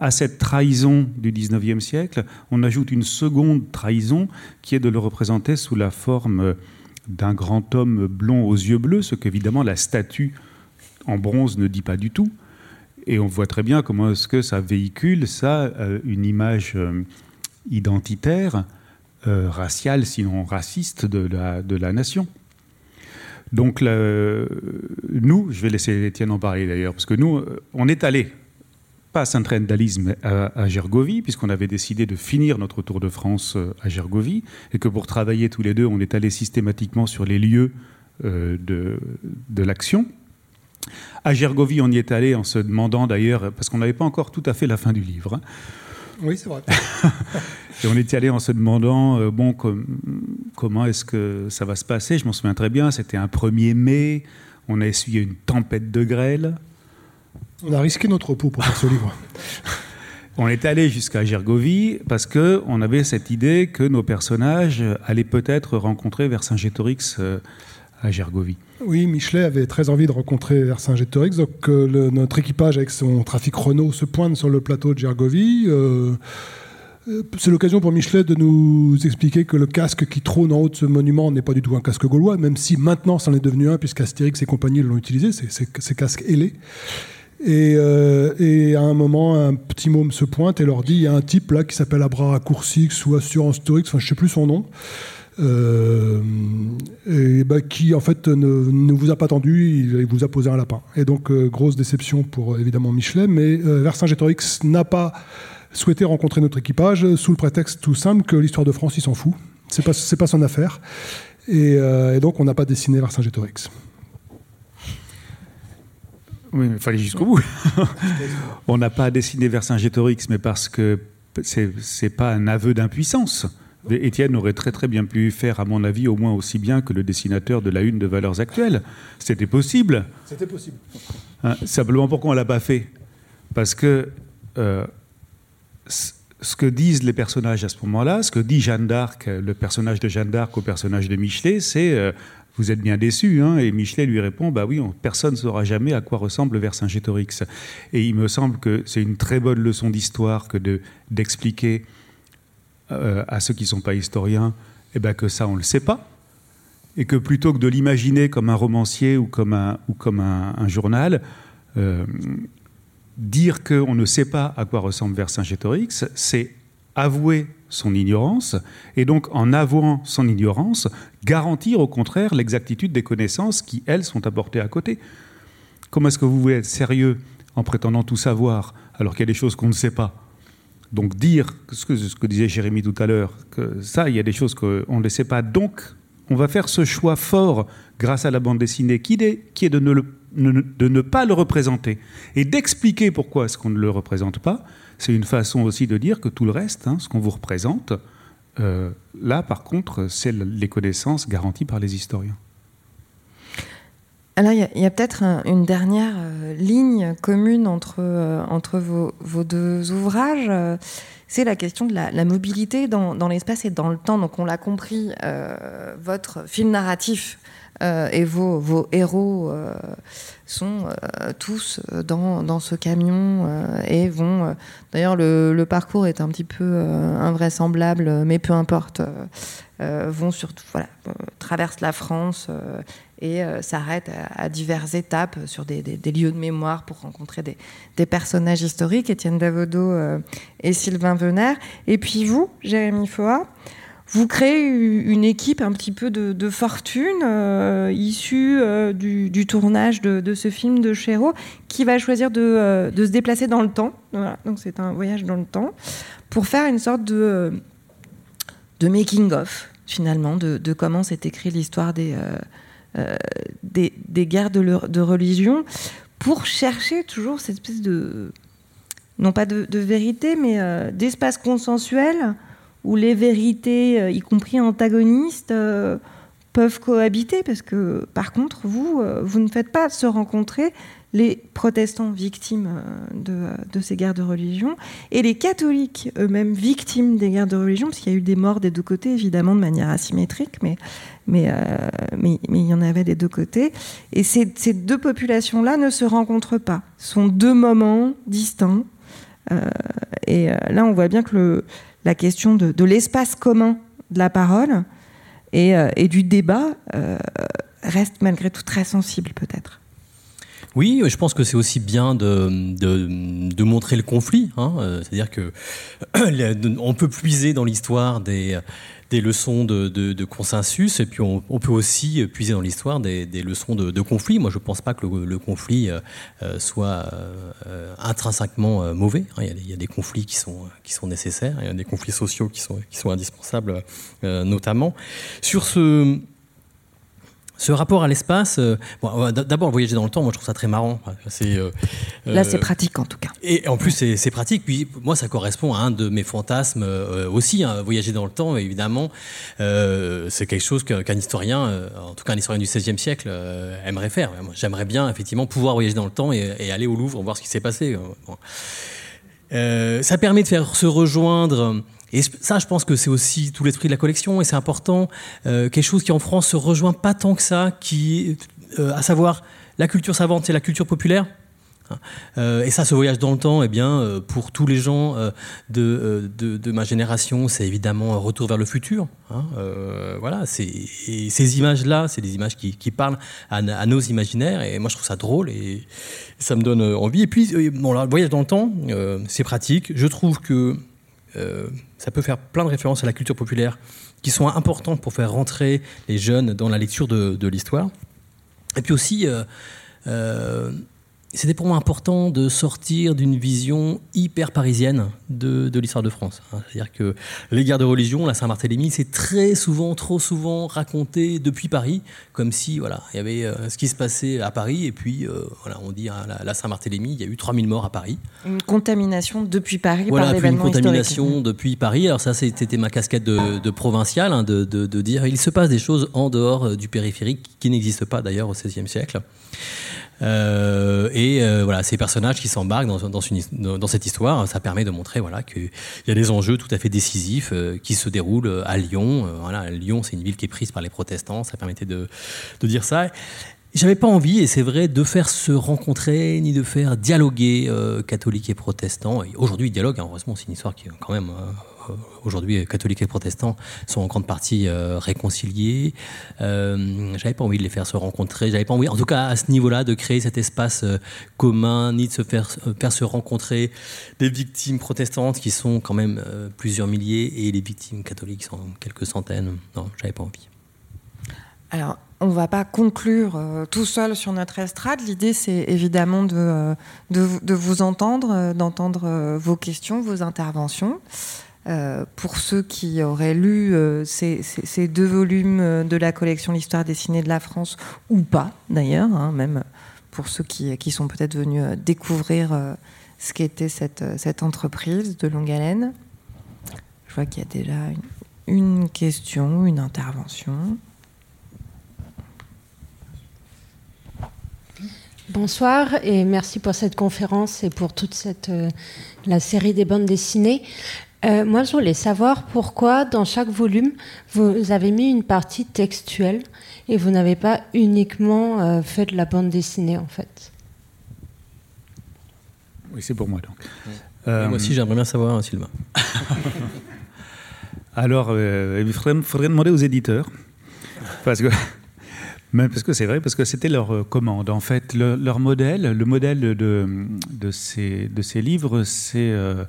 à cette trahison du dix-neuvième siècle, on ajoute une seconde trahison qui est de le représenter sous la forme d'un grand homme blond aux yeux bleus, ce qu'évidemment la statue en bronze ne dit pas du tout. Et on voit très bien comment est-ce que ça véhicule ça, euh, une image euh, identitaire, euh, raciale, sinon raciste de la, de la nation. Donc là, nous, je vais laisser Étienne en parler d'ailleurs, parce que nous, on est allé, pas à Sainte-Reine-d'Alise, à, à Gergovie, puisqu'on avait décidé de finir notre Tour de France à Gergovie, et que pour travailler tous les deux, on est allé systématiquement sur les lieux euh, de, de l'action. À Gergovie, on y est allé en se demandant d'ailleurs, parce qu'on n'avait pas encore tout à fait la fin du livre, hein. Oui, c'est vrai. Et on était allé en se demandant, euh, bon, com- comment est-ce que ça va se passer. Je m'en souviens très bien, c'était un premier mai, on a essuyé une tempête de grêle. On a risqué notre peau pour faire ce livre. On est allé jusqu'à Gergovie parce qu'on avait cette idée que nos personnages allaient peut-être rencontrer Vercingétorix euh, à Gergovie. Oui, Michelet avait très envie de rencontrer Vercingétorix, donc euh, le, notre équipage avec son trafic Renault se pointe sur le plateau de Gergovie. Euh, c'est l'occasion pour Michelet de nous expliquer que le casque qui trône en haut de ce monument n'est pas du tout un casque gaulois, même si maintenant c'en est devenu un, puisqu'Astérix et compagnie l'ont utilisé, c'est, c'est, c'est casque ailé. Et, euh, et à un moment, un petit môme se pointe et leur dit, il y a un type là qui s'appelle Abracoursix ou Assurance Torix, enfin je ne sais plus son nom, Euh, et bah, qui en fait ne, ne vous a pas attendu, il, il vous a posé un lapin. Et donc euh, grosse déception pour évidemment Michelet, mais euh, Vercingétorix n'a pas souhaité rencontrer notre équipage sous le prétexte tout simple que l'histoire de France il s'en fout, c'est pas, c'est pas son affaire, et, euh, et donc on n'a pas dessiné Vercingétorix. Oui, mais il fallait jusqu'au bout. On n'a pas dessiné Vercingétorix, mais parce que c'est, c'est pas un aveu d'impuissance. Étienne aurait très très bien pu faire, à mon avis, au moins aussi bien que le dessinateur de la une de Valeurs Actuelles. C'était possible. C'était possible. Hein, simplement, pourquoi on ne l'a pas fait ? Parce que euh, ce que disent les personnages à ce moment-là, ce que dit Jeanne d'Arc, le personnage de Jeanne d'Arc au personnage de Michelet, c'est euh, « vous êtes bien déçus hein ?» Et Michelet lui répond bah « oui, on, personne ne saura jamais à quoi ressemble Vercingétorix ». Et il me semble que c'est une très bonne leçon d'histoire que de, d'expliquer Euh, à ceux qui ne sont pas historiens, eh ben que ça, on ne le sait pas. Et que plutôt que de l'imaginer comme un romancier ou comme un, ou comme un, un journal, euh, dire qu'on ne sait pas à quoi ressemble Vercingétorix, c'est avouer son ignorance, et donc en avouant son ignorance, garantir au contraire l'exactitude des connaissances qui, elles, sont apportées à côté. Comment est-ce que vous voulez être sérieux en prétendant tout savoir, alors qu'il y a des choses qu'on ne sait pas ? Donc dire, ce que, ce que disait Jérémy tout à l'heure, que ça, il y a des choses qu'on ne sait pas. Donc, on va faire ce choix fort, grâce à la bande dessinée, qui est, qui est de, ne le, de ne pas le représenter. Et d'expliquer pourquoi est-ce qu'on ne le représente pas, c'est une façon aussi de dire que tout le reste, hein, ce qu'on vous représente, euh, là, par contre, c'est les connaissances garanties par les historiens. Alors, il y, y a peut-être un, une dernière euh, ligne commune entre, euh, entre vos, vos deux ouvrages. Euh, c'est la question de la, la mobilité dans, dans l'espace et dans le temps. Donc, on l'a compris, euh, votre film narratif euh, et vos, vos héros euh, sont euh, tous dans, dans ce camion euh, et vont... Euh, d'ailleurs, le, le parcours est un petit peu euh, invraisemblable, mais peu importe. Euh, euh, vont surtout... Voilà, euh, traversent la France... Euh, et euh, s'arrête à, à diverses étapes sur des, des, des lieux de mémoire pour rencontrer des, des personnages historiques, Étienne Davodo euh, et Sylvain Venère. Et puis vous, Jérémy Foa, vous créez une équipe un petit peu de, de fortune, euh, issue euh, du, du tournage de, de ce film de Chéreau, qui va choisir de, euh, de se déplacer dans le temps. Voilà, donc c'est un voyage dans le temps, pour faire une sorte de, de making-of, finalement, de, de comment s'est écrite l'histoire des... Euh, Euh, des, des guerres de, le, de religion, pour chercher toujours cette espèce de, non pas de, de vérité, mais euh, d'espace consensuel où les vérités, euh, y compris antagonistes, euh, peuvent cohabiter, parce que par contre, vous, euh, vous ne faites pas se rencontrer les protestants victimes de, de ces guerres de religion et les catholiques eux-mêmes victimes des guerres de religion, parce qu'il y a eu des morts des deux côtés, évidemment de manière asymétrique, mais, mais, euh, mais, mais il y en avait des deux côtés. Et ces, ces deux populations-là ne se rencontrent pas. Ce sont deux moments distincts, Euh, et euh, là, on voit bien que le, la question de, de l'espace commun de la parole et, euh, et du débat euh, reste malgré tout très sensible, peut-être. Oui, je pense que c'est aussi bien de, de, de montrer le conflit. Hein. C'est-à-dire que on peut puiser dans l'histoire des, des leçons de, de, de consensus, et puis on, on peut aussi puiser dans l'histoire des, des leçons de, de conflit. Moi, je ne pense pas que le, le conflit euh, soit euh, intrinsèquement euh, mauvais. Hein. Il y a, il y a des conflits qui sont, qui sont nécessaires, il y a des conflits sociaux qui sont, qui sont indispensables, euh, notamment. Sur ce... Ce rapport à l'espace, euh, bon, d'abord voyager dans le temps, moi je trouve ça très marrant. C'est, euh, Là c'est pratique en tout cas. Et en plus c'est, c'est pratique, puis moi ça correspond à un de mes fantasmes euh, aussi. Hein, voyager dans le temps, évidemment, euh, c'est quelque chose que, qu'un historien, euh, en tout cas un historien du seizième siècle, euh, aimerait faire. Moi, j'aimerais bien effectivement pouvoir voyager dans le temps et, et aller au Louvre, voir ce qui s'est passé. Bon. Euh, ça permet de faire se rejoindre... Et ça, je pense que c'est aussi tout l'esprit de la collection, et c'est important. Euh, quelque chose qui en France se rejoint pas tant que ça, qui, euh, à savoir la culture savante, c'est la culture populaire. Euh, et ça, ce voyage dans le temps, eh bien, euh, pour tous les gens euh, de, euh, de, de ma génération, c'est évidemment un retour vers le futur. Hein, euh, voilà, c'est, et ces images-là, c'est des images qui, qui parlent à, à nos imaginaires, et moi je trouve ça drôle et ça me donne envie. Et puis, euh, bon, là, le voyage dans le temps, euh, c'est pratique. Je trouve que Euh, ça peut faire plein de références à la culture populaire qui sont importantes pour faire rentrer les jeunes dans la lecture de, de l'histoire. Et puis aussi, euh, euh, c'était pour moi important de sortir d'une vision hyper parisienne de, de l'histoire de France. C'est-à-dire que les guerres de religion, la Saint-Barthélemy, c'est très souvent, trop souvent raconté depuis Paris, comme si voilà, il y avait euh, ce qui se passait à Paris, et puis euh, voilà, on dit hein, la, la Saint-Barthélemy, il y a eu trois mille morts à Paris. Une contamination depuis Paris voilà, par l'événement historique. Voilà, une contamination depuis Paris. Alors ça, c'était ma casquette de, de provincial, hein, de, de, de dire il se passe des choses en dehors du périphérique qui n'existent pas d'ailleurs au seizième siècle. Euh, et euh, voilà, ces personnages qui s'embarquent dans, dans, une, dans cette histoire, ça permet de montrer voilà, qu'il y a des enjeux tout à fait décisifs euh, qui se déroulent à Lyon. Euh, voilà, Lyon, c'est une ville qui est prise par les protestants, ça permettait de, de dire ça. J'avais pas envie, et c'est vrai, de faire se rencontrer, ni de faire dialoguer euh, catholiques et protestants. Et aujourd'hui, ils dialoguent, hein, heureusement, c'est une histoire qui est quand même... Euh, aujourd'hui, catholiques et protestants sont en grande partie euh, réconciliés. Euh, j'avais pas envie de les faire se rencontrer, j'avais pas envie, en tout cas à ce niveau-là, de créer cet espace euh, commun, ni de se faire, euh, faire se rencontrer des victimes protestantes qui sont quand même euh, plusieurs milliers, et les victimes catholiques sont quelques centaines. Non, j'avais pas envie. Alors, on ne va pas conclure euh, tout seul sur notre estrade. L'idée, c'est évidemment de, euh, de, de vous entendre, euh, d'entendre euh, vos questions, vos interventions. Euh, pour ceux qui auraient lu euh, ces, ces, ces deux volumes de la collection L'Histoire dessinée de la France, ou pas d'ailleurs, hein, même pour ceux qui, qui sont peut-être venus euh, découvrir euh, ce qu'était cette, cette entreprise de longue haleine. Je vois qu'il y a déjà une, une question, une intervention. Bonsoir et merci pour cette conférence et pour toute cette, euh, la série des bandes dessinées. Euh, moi, je voulais savoir pourquoi, dans chaque volume, vous avez mis une partie textuelle et vous n'avez pas uniquement euh, fait de la bande dessinée, en fait. Oui, c'est pour moi, donc. Oui. Euh... Moi aussi, j'aimerais bien savoir, hein, Sylvain. Alors, euh, il faudrait, faudrait demander aux éditeurs, parce que... Mais parce que c'est vrai, parce que c'était leur commande. En fait, le, leur modèle, le modèle de, de, ces, de ces livres, c'est euh,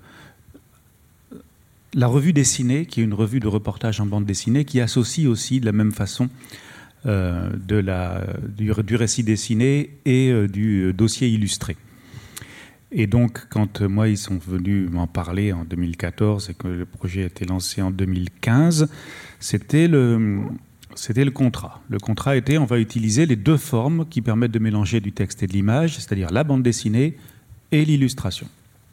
la revue dessinée, qui est une revue de reportage en bande dessinée, qui associe aussi de la même façon euh, de la, du, du récit dessiné et euh, du dossier illustré. Et donc, quand euh, moi, ils sont venus m'en parler en deux mille quatorze et que le projet a été lancé en deux mille quinze, c'était le... C'était le contrat. Le contrat était, on va utiliser les deux formes qui permettent de mélanger du texte et de l'image, c'est-à-dire la bande dessinée et l'illustration.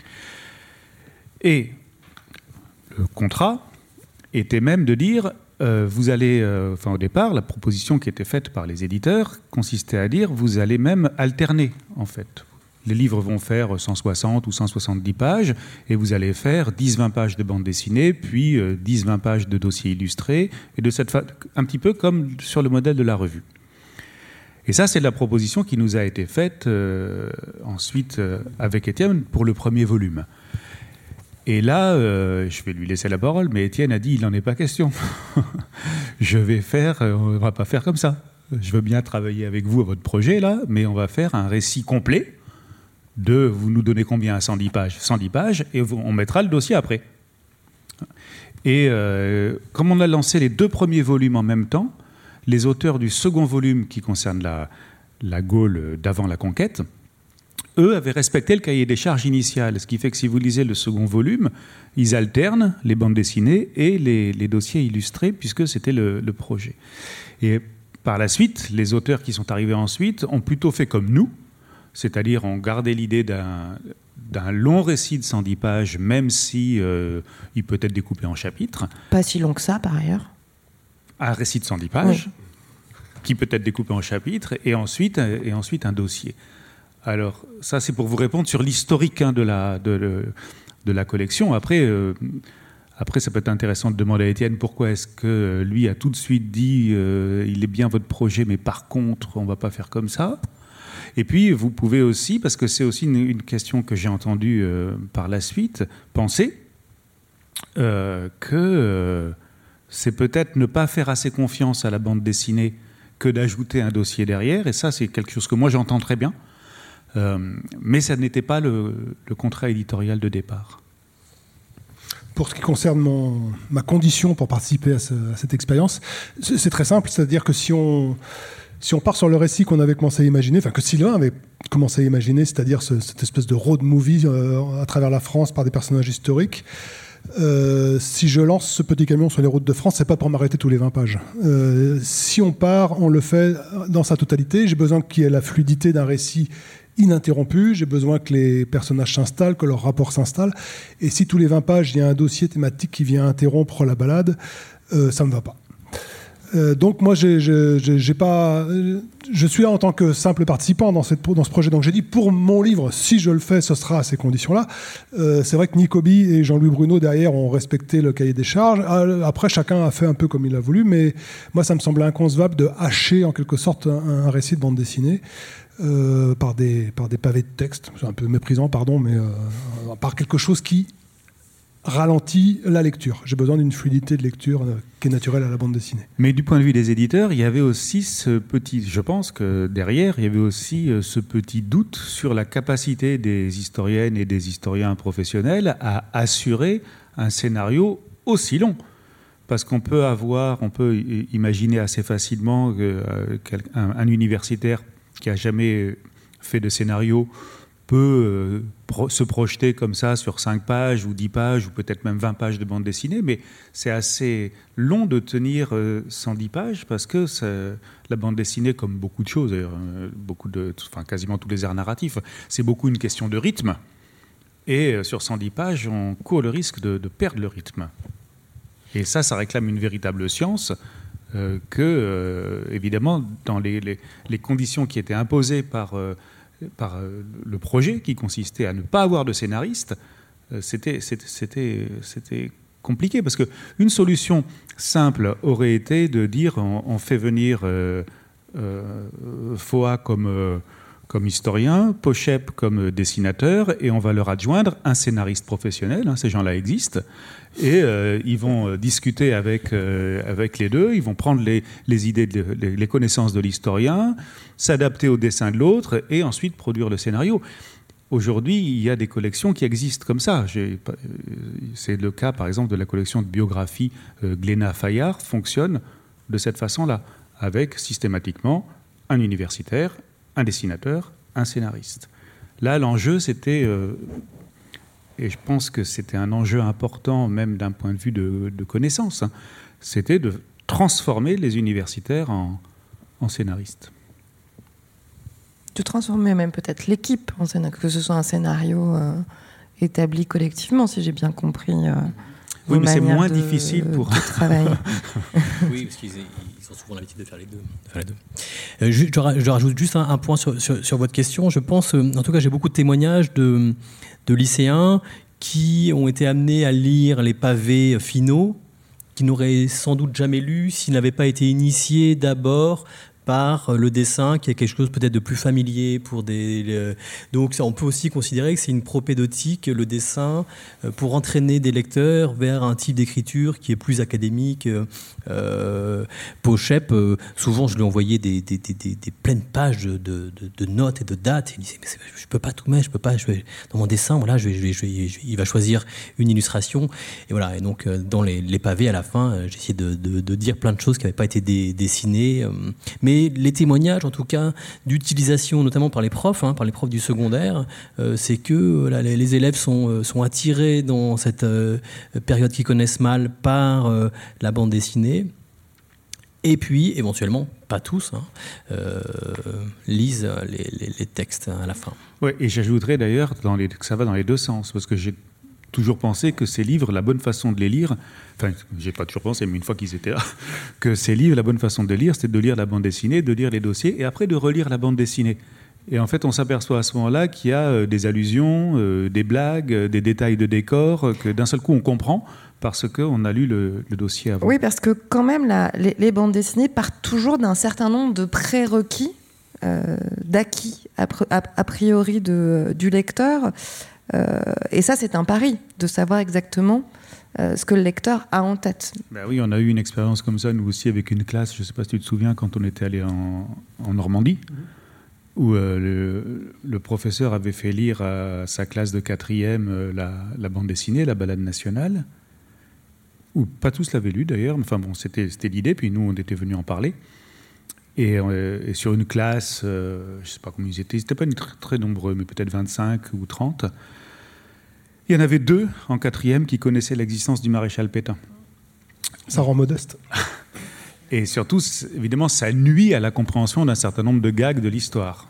Et le contrat était même de dire, euh, vous allez, euh, enfin au départ, la proposition qui était faite par les éditeurs consistait à dire, vous allez même alterner, en fait. Les livres vont faire cent soixante ou cent soixante-dix pages et vous allez faire dix à vingt pages de bande dessinée, puis dix à vingt pages de dossiers illustrés, et de cette fa... un petit peu comme sur le modèle de la revue. Et ça, c'est la proposition qui nous a été faite euh, ensuite euh, avec Étienne pour le premier volume. Et là, euh, je vais lui laisser la parole, mais Étienne a dit, il n'en est pas question. je vais faire, euh, on ne va pas faire comme ça. Je veux bien travailler avec vous à votre projet, là, mais on va faire un récit complet de, vous nous donnez combien à cent dix pages cent dix pages, et on mettra le dossier après. Et euh, comme on a lancé les deux premiers volumes en même temps, les auteurs du second volume, qui concerne la, la Gaule d'avant la conquête, eux avaient respecté le cahier des charges initial, ce qui fait que si vous lisez le second volume, ils alternent les bandes dessinées et les, les dossiers illustrés, puisque c'était le, le projet. Et par la suite, les auteurs qui sont arrivés ensuite ont plutôt fait comme nous, c'est-à-dire ont gardé l'idée d'un, d'un long récit de cent dix pages, même si euh, il peut être découpé en chapitres. Pas si long que ça, par ailleurs. Un récit de cent dix pages, oui. qui peut être découpé en chapitres, et ensuite, et ensuite un dossier. Alors, ça, c'est pour vous répondre sur l'historique hein, de, la, de, de la collection. Après, euh, après, ça peut être intéressant de demander à Étienne pourquoi est-ce que lui a tout de suite dit euh, il est bien votre projet, mais par contre, on ne va pas faire comme ça. Et puis, vous pouvez aussi, parce que c'est aussi une, une question que j'ai entendue euh, par la suite, penser euh, que euh, c'est peut-être ne pas faire assez confiance à la bande dessinée que d'ajouter un dossier derrière. Et ça, c'est quelque chose que moi, j'entends très bien. Euh, mais ça n'était pas le, le contrat éditorial de départ. Pour ce qui concerne mon, ma condition pour participer à, ce, à cette expérience, c'est, c'est très simple, c'est-à-dire que si on, si on part sur le récit qu'on avait commencé à imaginer, enfin que Sylvain avait commencé à imaginer, c'est-à-dire ce, cette espèce de road movie euh, à travers la France par des personnages historiques, Euh, si je lance ce petit camion sur les routes de France, c'est pas pour m'arrêter tous les vingt pages. Euh, si on part, on le fait dans sa totalité. J'ai besoin qu'il y ait la fluidité d'un récit ininterrompu. J'ai besoin que les personnages s'installent, que leur rapport s'installe. Et si tous les vingt pages, il y a un dossier thématique qui vient interrompre la balade, euh, ça me va pas. Euh, donc moi, j'ai, j'ai, j'ai pas, je suis là en tant que simple participant dans, cette, dans ce projet. Donc j'ai dit, pour mon livre, si je le fais, ce sera à ces conditions-là. Euh, c'est vrai que Nicobi et Jean-Louis Bruno, derrière, ont respecté le cahier des charges. Après, chacun a fait un peu comme il a voulu, mais moi, ça me semblait inconcevable de hacher, en quelque sorte, un, un récit de bande dessinée euh, par, des, par des pavés de texte. C'est un peu méprisant, pardon, mais euh, par quelque chose qui ralentit la lecture. J'ai besoin d'une fluidité de lecture euh, qui est naturelle à la bande dessinée. Mais du point de vue des éditeurs, il y avait aussi ce petit... Je pense que derrière, il y avait aussi ce petit doute sur la capacité des historiennes et des historiens professionnels à assurer un scénario aussi long. Parce qu'on peut avoir, on peut imaginer assez facilement qu'un un universitaire qui n'a jamais fait de scénario peut euh, pro- se projeter comme ça sur cinq pages ou dix pages ou peut-être même vingt pages de bande dessinée, mais c'est assez long de tenir euh, cent dix pages parce que ça, la bande dessinée, comme beaucoup de choses, euh, beaucoup de, enfin, quasiment tous les arts narratifs, c'est beaucoup une question de rythme. Et euh, sur cent dix pages, on court le risque de, de perdre le rythme. Et ça, ça réclame une véritable science euh, que, euh, évidemment, dans les, les, les conditions qui étaient imposées par... Euh, par le projet qui consistait à ne pas avoir de scénariste, c'était, c'était, c'était, c'était compliqué parce qu'une solution simple aurait été de dire on, on fait venir euh, euh, Foa comme, euh, comme historien, Pochep comme dessinateur et on va leur adjoindre un scénariste professionnel, hein, ces gens-là existent, et euh, ils vont discuter avec, euh, avec les deux, ils vont prendre les, les idées, de, les, les connaissances de l'historien, s'adapter au dessin de l'autre et ensuite produire le scénario. Aujourd'hui, il y a des collections qui existent comme ça. J'ai, c'est le cas, par exemple, de la collection de biographies euh, Glénat Fayard, fonctionne de cette façon-là, avec systématiquement un universitaire, un dessinateur, un scénariste. Là, l'enjeu, c'était... Euh, et je pense que c'était un enjeu important, même d'un point de vue de, de connaissance, hein, c'était de transformer les universitaires en, en scénaristes. De transformer même peut-être l'équipe en scénario, que ce soit un scénario euh, établi collectivement, si j'ai bien compris. Euh, oui, mais c'est moins de, difficile pour... de travail. Oui, parce qu'ils ils ont souvent l'habitude de faire les deux. De faire les deux. Euh, je, je, je rajoute juste un, un point sur, sur, sur votre question. Je pense, en tout cas, j'ai beaucoup de témoignages de... de lycéens qui ont été amenés à lire les pavés finaux, qui n'auraient sans doute jamais lu s'ils n'avaient pas été initiés d'abord par le dessin, qui est quelque chose peut-être de plus familier pour des... Euh, donc ça, on peut aussi considérer que c'est une propédeutique, le dessin, euh, pour entraîner des lecteurs vers un type d'écriture qui est plus académique. Euh, Pochep, euh, souvent je lui envoyais des, des, des, des, des pleines pages de, de, de notes et de dates. Il me disait, mais je peux pas tout mettre, je peux pas, je vais, dans mon dessin, voilà, je vais, je vais, je vais, je vais, il va choisir une illustration. Et voilà, et donc euh, dans les, les pavés à la fin, euh, j'ai essayé de, de, de dire plein de choses qui n'avaient pas été dé, dessinées. Euh, mais les témoignages, en tout cas, d'utilisation, notamment par les profs, hein, par les profs du secondaire, euh, c'est que voilà, les, les élèves sont, euh, sont attirés dans cette euh, période qu'ils connaissent mal par euh, la bande dessinée. Et puis, éventuellement, pas tous, hein, euh, lisent les, les, les textes à la fin. Oui, et j'ajouterais d'ailleurs dans les, que ça va dans les deux sens, parce que j'ai toujours pensé que ces livres, la bonne façon de les lire, enfin, j'ai pas toujours pensé, mais une fois qu'ils étaient là, que ces livres, la bonne façon de les lire, c'était de lire la bande dessinée, de lire les dossiers, et après de relire la bande dessinée. Et en fait, on s'aperçoit à ce moment-là qu'il y a euh, des allusions, euh, des blagues, euh, des détails de décor, euh, que d'un seul coup on comprend, parce qu'on a lu le, le dossier avant. Oui, parce que quand même, la, les, les bandes dessinées partent toujours d'un certain nombre de prérequis, euh, d'acquis a, a, a priori de, du lecteur. Euh, et ça, c'est un pari, de savoir exactement euh, ce que le lecteur a en tête. Ben oui, on a eu une expérience comme ça, nous aussi, avec une classe, je ne sais pas si tu te souviens, quand on était allé en, en Normandie, mmh. où euh, le, le professeur avait fait lire à sa classe de quatrième euh, la, la bande dessinée, la balade nationale, où pas tous l'avaient lu d'ailleurs, enfin bon, c'était, c'était l'idée, puis nous, on était venus en parler. Et, euh, et sur une classe, euh, je ne sais pas combien ils étaient, ils n'étaient pas très, très nombreux, mais peut-être vingt-cinq ou trente. Il y en avait deux en quatrième qui connaissaient l'existence du maréchal Pétain. Ça rend modeste. Et surtout, évidemment, ça nuit à la compréhension d'un certain nombre de gags de l'histoire.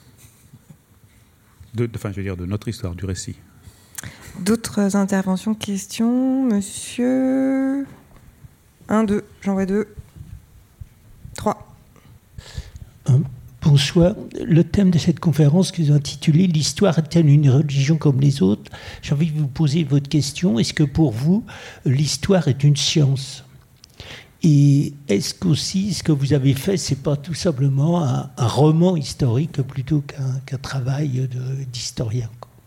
De, de, enfin, je veux dire, de notre histoire, du récit. D'autres interventions, questions, monsieur? Un, deux, j'en vois deux. Trois. Bonsoir. Le thème de cette conférence que vous avez intitulée « L'histoire est-elle une religion comme les autres ?» J'ai envie de vous poser votre question. Est-ce que pour vous, l'histoire est une science ? Et est-ce qu'aussi, ce que vous avez fait, ce n'est pas tout simplement un, un roman historique plutôt qu'un, qu'un travail de, d'historien ?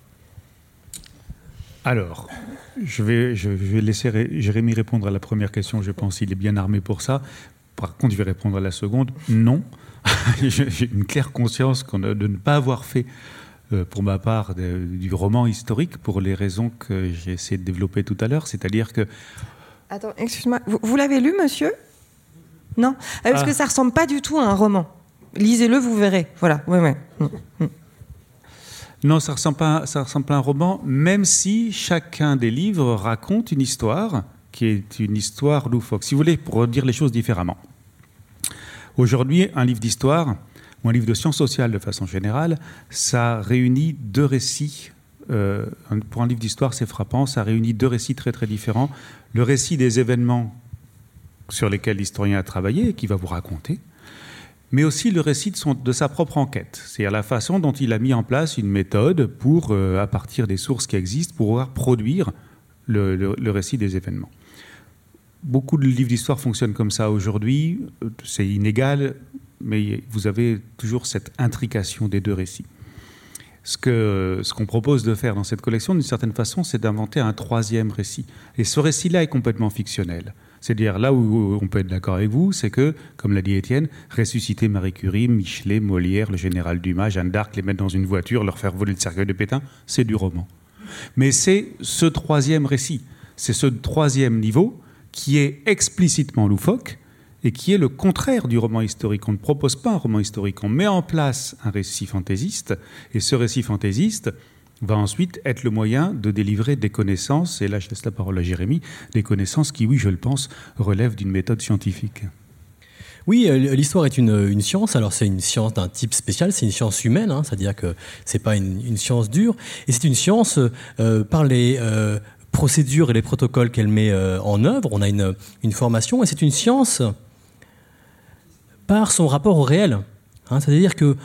Alors, je vais, je vais laisser Jérémy répondre à la première question. Je pense qu'il est bien armé pour ça. Par contre, je vais répondre à la seconde. Non. J'ai une claire conscience qu'on a, de ne pas avoir fait, euh, pour ma part, de, du roman historique pour les raisons que j'ai essayé de développer tout à l'heure. C'est-à-dire que... Attends, excuse-moi. Vous, vous l'avez lu, monsieur ? Non ? Parce ah. que ça ne ressemble pas du tout à un roman. Lisez-le, vous verrez. Voilà. Ouais, ouais. Mmh. Non, ça ressemble pas, ça ressemble pas à un roman, même si chacun des livres raconte une histoire qui est une histoire loufoque. Si vous voulez, pour dire les choses différemment. Aujourd'hui, un livre d'histoire, ou un livre de sciences sociales de façon générale, ça réunit deux récits. Euh, pour un livre d'histoire, c'est frappant, ça réunit deux récits très très différents. Le récit des événements sur lesquels l'historien a travaillé et qui va vous raconter, mais aussi le récit de, son, de sa propre enquête, c'est-à-dire la façon dont il a mis en place une méthode pour, euh, à partir des sources qui existent, pour pouvoir produire le, le, le récit des événements. Beaucoup de livres d'histoire fonctionnent comme ça aujourd'hui, c'est inégal, mais vous avez toujours cette intrication des deux récits. Ce, que, ce qu'on propose de faire dans cette collection, d'une certaine façon, c'est d'inventer un troisième récit. Et ce récit-là est complètement fictionnel. C'est-à-dire, là où on peut être d'accord avec vous, c'est que, comme l'a dit Étienne, ressusciter Marie Curie, Michelet, Molière, le général Dumas, Jeanne d'Arc, les mettre dans une voiture, leur faire voler le cercueil de Pétain, c'est du roman. Mais c'est ce troisième récit, c'est ce troisième niveau qui est explicitement loufoque et qui est le contraire du roman historique. On ne propose pas un roman historique, on met en place un récit fantaisiste, et ce récit fantaisiste va ensuite être le moyen de délivrer des connaissances, et là je laisse la parole à Jérémy, des connaissances qui, oui, je le pense, relèvent d'une méthode scientifique. Oui, l'histoire est une, une science. Alors c'est une science d'un type spécial, c'est une science humaine, hein, c'est-à-dire que c'est pas une, une science dure, et c'est une science euh, par les euh, procédures et les protocoles qu'elle met euh, en œuvre. On a une, une formation, et c'est une science par son rapport au réel. Hein, c'est-à-dire que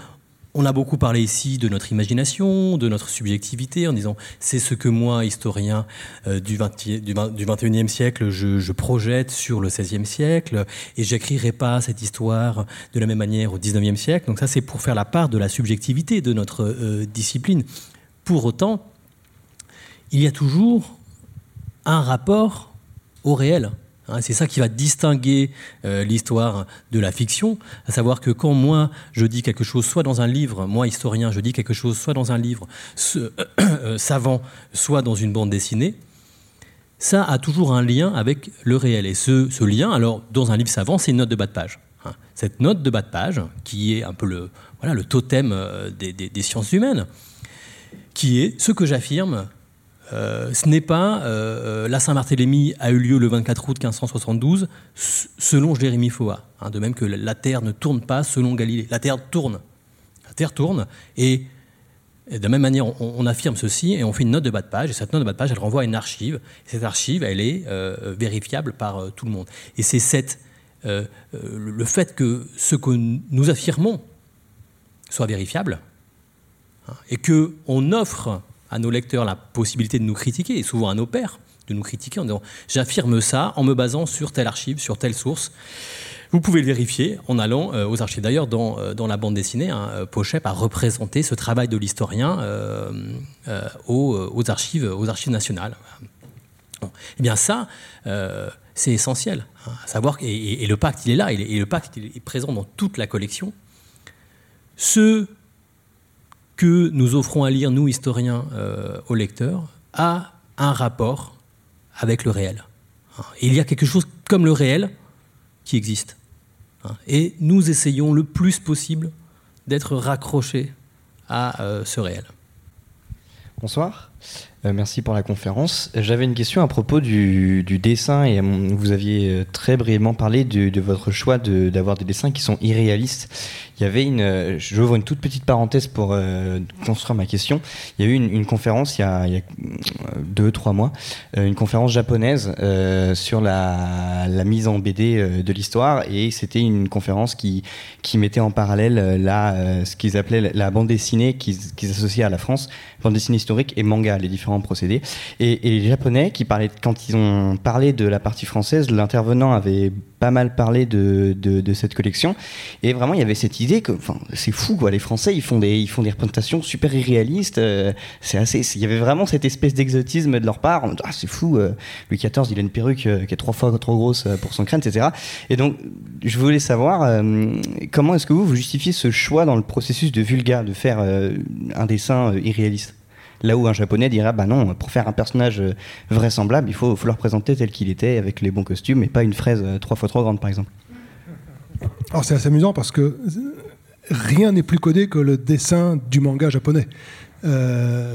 On a beaucoup parlé ici de notre imagination, de notre subjectivité, en disant c'est ce que moi, historien euh, du, vingt, du, vingt, du vingt et unième siècle, je, je projette sur le seizième siècle, et j'écrirai pas cette histoire de la même manière au dix-neuvième siècle. Donc ça, c'est pour faire la part de la subjectivité de notre euh, discipline. Pour autant, il y a toujours un rapport au réel. C'est ça qui va distinguer euh, l'histoire de la fiction, à savoir que quand moi je dis quelque chose, soit dans un livre, moi historien, je dis quelque chose, soit dans un livre ce, euh, savant, soit dans une bande dessinée, ça a toujours un lien avec le réel. Et ce, ce lien, alors dans un livre savant, c'est une note de bas de page. Hein. Cette note de bas de page, qui est un peu le, voilà, le totem euh, des, des, des sciences humaines, qui est ce que j'affirme. Euh, ce n'est pas euh, la Saint-Barthélemy a eu lieu le vingt-quatre août quinze cent soixante-douze selon Jérémie Foa, hein, de même que la Terre ne tourne pas selon Galilée. La Terre tourne. La Terre tourne et, et de la même manière on, on affirme ceci et on fait une note de bas de page et cette note de bas de page elle renvoie à une archive. Et cette archive elle est euh, vérifiable par euh, tout le monde. Et c'est cette, euh, euh, le fait que ce que nous affirmons soit vérifiable hein, et qu'on offre à nos lecteurs la possibilité de nous critiquer, et souvent à nos pairs, de nous critiquer en disant « j'affirme ça en me basant sur telle archive, sur telle source ». Vous pouvez le vérifier en allant euh, aux archives. D'ailleurs, dans, euh, dans la bande dessinée, hein, Pochep a représenté ce travail de l'historien euh, euh, aux, aux, archives, aux archives nationales. Bon. Eh bien ça, euh, c'est essentiel. Hein, à savoir, et, et, et le pacte, il est là, et, et le pacte il est présent dans toute la collection. Ce que nous offrons à lire, nous, historiens, euh, aux lecteurs, a un rapport avec le réel. Et il y a quelque chose comme le réel qui existe. Et nous essayons le plus possible d'être raccrochés à euh, ce réel. Bonsoir. Euh, merci pour la conférence. J'avais une question à propos du, du dessin et euh, vous aviez très brièvement parlé de, de votre choix de, d'avoir des dessins qui sont irréalistes. Il y avait une, euh, j'ouvre une toute petite parenthèse pour euh, construire ma question. Il y a eu une, une conférence il y a, il y a deux, trois mois, euh, une conférence japonaise euh, sur la, la mise en B D euh, de l'histoire et c'était une conférence qui, qui mettait en parallèle euh, la, euh, ce qu'ils appelaient la bande dessinée qu'ils, qu'ils associaient à la France, bande dessinée historique et manga, les différents procédés. Et, et les Japonais, qui parlaient, quand ils ont parlé de la partie française, l'intervenant avait pas mal parlé de, de, de cette collection. Et vraiment, il y avait cette idée que, enfin, c'est fou, quoi. Les Français, ils font des, ils font des représentations super irréalistes. Euh, c'est assez, il y avait vraiment cette espèce d'exotisme de leur part. On dit, ah, c'est fou, euh, Louis quatorze, il a une perruque euh, qui est trois fois trop grosse pour son crâne, et cetera. Et donc, je voulais savoir euh, comment est-ce que vous, vous justifiez ce choix dans le processus de Vulga, de faire euh, un dessin euh, irréaliste? Là où un Japonais dirait, bah non, pour faire un personnage vraisemblable, il faut, faut le représenter tel qu'il était, avec les bons costumes, et pas une fraise trois fois trop grande, par exemple. Alors c'est assez amusant parce que rien n'est plus codé que le dessin du manga japonais. Euh,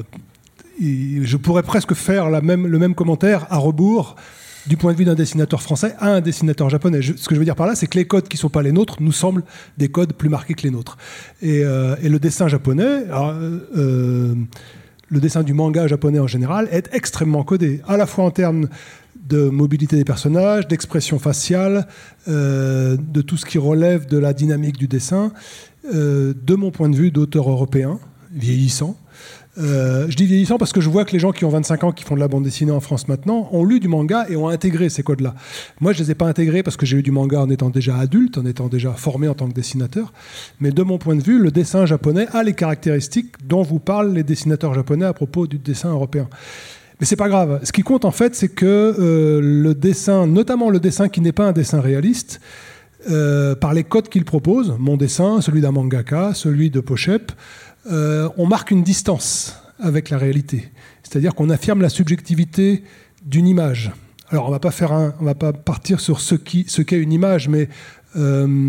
je pourrais presque faire la même, le même commentaire à rebours du point de vue d'un dessinateur français à un dessinateur japonais. Je, ce que je veux dire par là, c'est que les codes qui ne sont pas les nôtres nous semblent des codes plus marqués que les nôtres. Et, euh, et le dessin japonais... Alors, euh, le dessin du manga japonais en général est extrêmement codé, à la fois en termes de mobilité des personnages, d'expression faciale, euh, de tout ce qui relève de la dynamique du dessin. Euh, de mon point de vue d'auteur européen, vieillissant, Euh, je dis vieillissant parce que je vois que les gens qui ont vingt-cinq ans, qui font de la bande dessinée en France maintenant, ont lu du manga et ont intégré ces codes-là. Moi, je ne les ai pas intégrés parce que j'ai lu du manga en étant déjà adulte, en étant déjà formé en tant que dessinateur. Mais de mon point de vue, le dessin japonais a les caractéristiques dont vous parlent les dessinateurs japonais à propos du dessin européen. Mais c'est pas grave. Ce qui compte, en fait, c'est que euh, le dessin, notamment le dessin qui n'est pas un dessin réaliste, euh, par les codes qu'il propose, mon dessin, celui d'un mangaka, celui de Pochep, Euh, on marque une distance avec la réalité. C'est-à-dire qu'on affirme la subjectivité d'une image. Alors, on va pas faire un, on va pas partir sur ce, qui, ce qu'est une image, mais euh,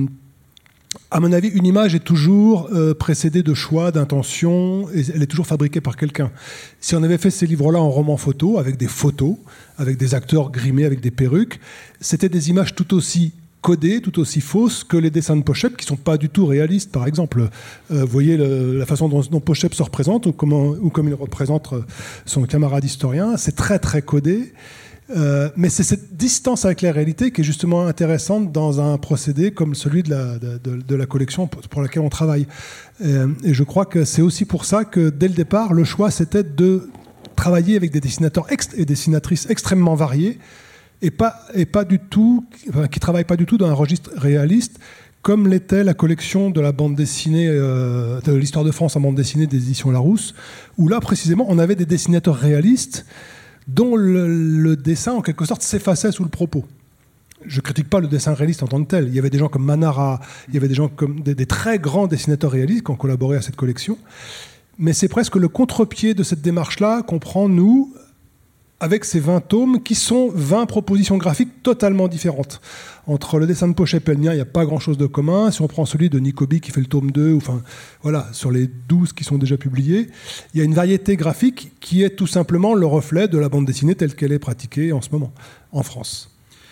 à mon avis, une image est toujours euh, précédée de choix, d'intention, et elle est toujours fabriquée par quelqu'un. Si on avait fait ces livres-là en roman photo, avec des photos, avec des acteurs grimés, avec des perruques, c'était des images tout aussi codées, tout aussi fausses que les dessins de Pochep, qui ne sont pas du tout réalistes, par exemple. Euh, vous voyez le, la façon dont, dont Pochep se représente, ou, comment, ou comme il représente son camarade historien, c'est très très codé. Euh, mais c'est cette distance avec la réalité qui est justement intéressante dans un procédé comme celui de la, de, de, de la collection pour laquelle on travaille. Euh, et je crois que c'est aussi pour ça que dès le départ, le choix c'était de travailler avec des dessinateurs ex- et dessinatrices extrêmement variés et pas, et pas du tout, enfin, qui ne travaillent pas du tout dans un registre réaliste, comme l'était la collection de la bande dessinée, euh, de l'histoire de France en bande dessinée des éditions Larousse, où là précisément on avait des dessinateurs réalistes dont le, le dessin, en quelque sorte, s'effaçait sous le propos. Je ne critique pas le dessin réaliste en tant que tel. Il y avait des gens comme Manara, il y avait des gens comme des, des très grands dessinateurs réalistes qui ont collaboré à cette collection. Mais c'est presque le contre-pied de cette démarche-là qu'on prend, nous, avec ces vingt tomes, qui sont vingt propositions graphiques totalement différentes. Entre le dessin de Pochep et le mien, il n'y a pas grand-chose de commun. Si on prend celui de Nicobi qui fait le tome deux, ou, enfin, voilà, sur les douze qui sont déjà publiés, il y a une variété graphique qui est tout simplement le reflet de la bande dessinée telle qu'elle est pratiquée en ce moment, en France.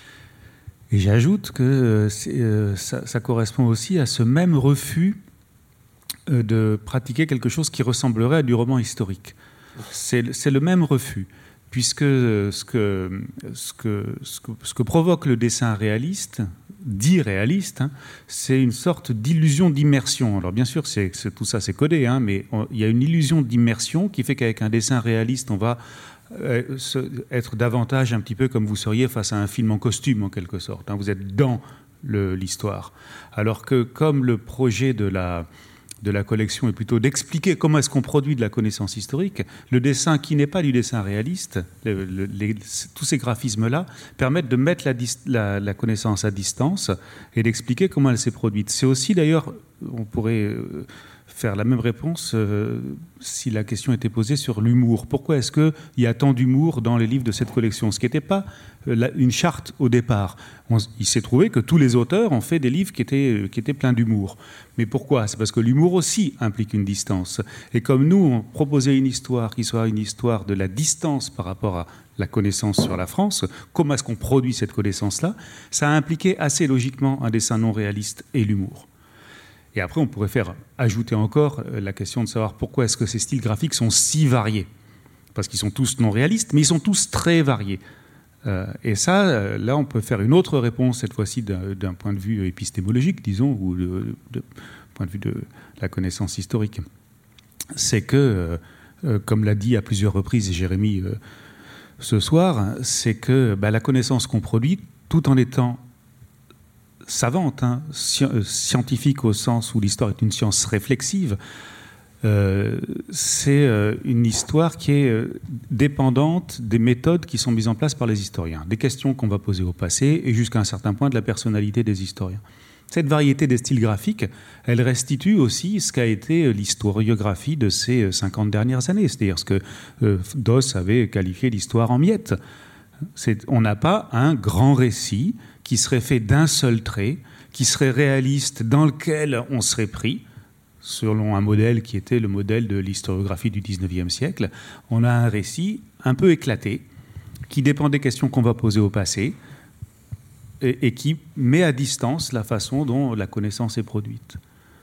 Et j'ajoute que euh, c'est, euh, ça, ça correspond aussi à ce même refus euh, de pratiquer quelque chose qui ressemblerait à du roman historique. C'est, c'est le même refus. Puisque ce que, ce, que, ce, que, ce que provoque le dessin réaliste, dit réaliste, hein, c'est une sorte d'illusion d'immersion. Alors bien sûr, c'est, c'est, tout ça c'est codé, hein, mais on, il y a une illusion d'immersion qui fait qu'avec un dessin réaliste, on va euh, se, être davantage un petit peu comme vous seriez face à un film en costume, en quelque sorte. Hein, vous êtes dans le, l'histoire. Alors que comme le projet de la... de la collection est plutôt d'expliquer comment est-ce qu'on produit de la connaissance historique, le dessin qui n'est pas du dessin réaliste, le, le, les, tous ces graphismes-là permettent de mettre la, la, la connaissance à distance et d'expliquer comment elle s'est produite. C'est aussi d'ailleurs, on pourrait faire la même réponse euh, si la question était posée sur l'humour. Pourquoi est-ce qu'il y a tant d'humour dans les livres de cette collection ? Ce qui n'était pas euh, une charte au départ. On, il s'est trouvé que tous les auteurs ont fait des livres qui étaient, qui étaient pleins d'humour. Mais pourquoi ? C'est parce que l'humour aussi implique une distance. Et comme nous, on proposait une histoire qui soit une histoire de la distance par rapport à la connaissance sur la France, comment est-ce qu'on produit cette connaissance-là ? Ça a impliqué assez logiquement un dessin non réaliste et l'humour. Et après, on pourrait faire ajouter encore la question de savoir pourquoi est-ce que ces styles graphiques sont si variés. Parce qu'ils sont tous non réalistes, mais ils sont tous très variés. Euh, et ça, euh, là, on peut faire une autre réponse, cette fois-ci d'un, d'un point de vue épistémologique, disons, ou de, de point de vue de la connaissance historique. C'est que, euh, euh, comme l'a dit à plusieurs reprises Jérémy euh, ce soir, c'est que bah, la connaissance qu'on produit, tout en étant savante, hein, scientifique au sens où l'histoire est une science réflexive, euh, c'est euh, une histoire qui est euh, dépendante des méthodes qui sont mises en place par les historiens, des questions qu'on va poser au passé et jusqu'à un certain point de la personnalité des historiens. Cette variété des styles graphiques, elle restitue aussi ce qu'a été l'historiographie de ces cinquante dernières années, c'est-à-dire ce que euh, Doss avait qualifié l'histoire en miettes. C'est, on n'a pas un grand récit qui serait fait d'un seul trait, qui serait réaliste, dans lequel on serait pris, selon un modèle qui était le modèle de l'historiographie du dix-neuvième siècle. On a un récit un peu éclaté, qui dépend des questions qu'on va poser au passé, et, et qui met à distance la façon dont la connaissance est produite.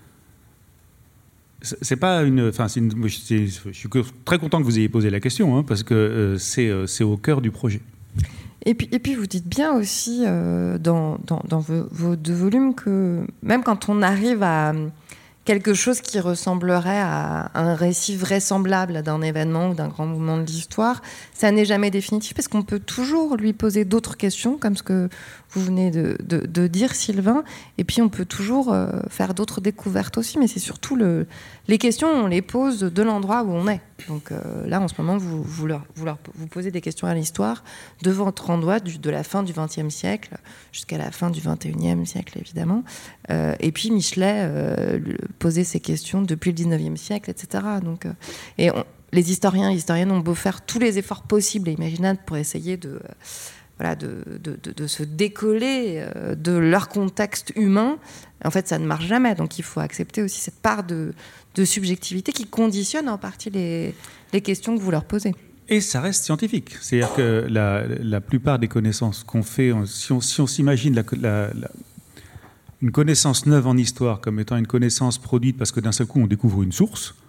C'est pas une, enfin, c'est une, c'est, je suis très content que vous ayez posé la question, hein, parce que euh, c'est, euh, c'est au cœur du projet. Et puis, et puis vous dites bien aussi euh, dans, dans, dans vos, vos deux volumes que même quand on arrive à quelque chose qui ressemblerait à un récit vraisemblable d'un événement ou d'un grand mouvement de l'histoire, ça n'est jamais définitif parce qu'on peut toujours lui poser d'autres questions, comme ce que vous venez de, de, de dire, Sylvain, et puis on peut toujours euh, faire d'autres découvertes aussi, mais c'est surtout le, les questions, on les pose de l'endroit où on est. Donc euh, là, en ce moment, vous, vous, leur, vous, leur, vous posez des questions à l'histoire de votre endroit, du, de la fin du vingtième siècle jusqu'à la fin du vingt et unième siècle, évidemment. Euh, et puis Michelet euh, posait ces questions depuis le dix-neuvième siècle, et cetera. Donc, euh, et on, les historiens et historiennes ont beau faire tous les efforts possibles et imaginables pour essayer de... Euh, Voilà, de, de, de, de se décoller de leur contexte humain, en fait, ça ne marche jamais. Donc, il faut accepter aussi cette part de, de subjectivité qui conditionne en partie les, les questions que vous leur posez. Et ça reste scientifique. C'est-à-dire que la, la plupart des connaissances qu'on fait, si on, si on s'imagine la, la, la, une connaissance neuve en histoire comme étant une connaissance produite parce que d'un seul coup, on découvre une source,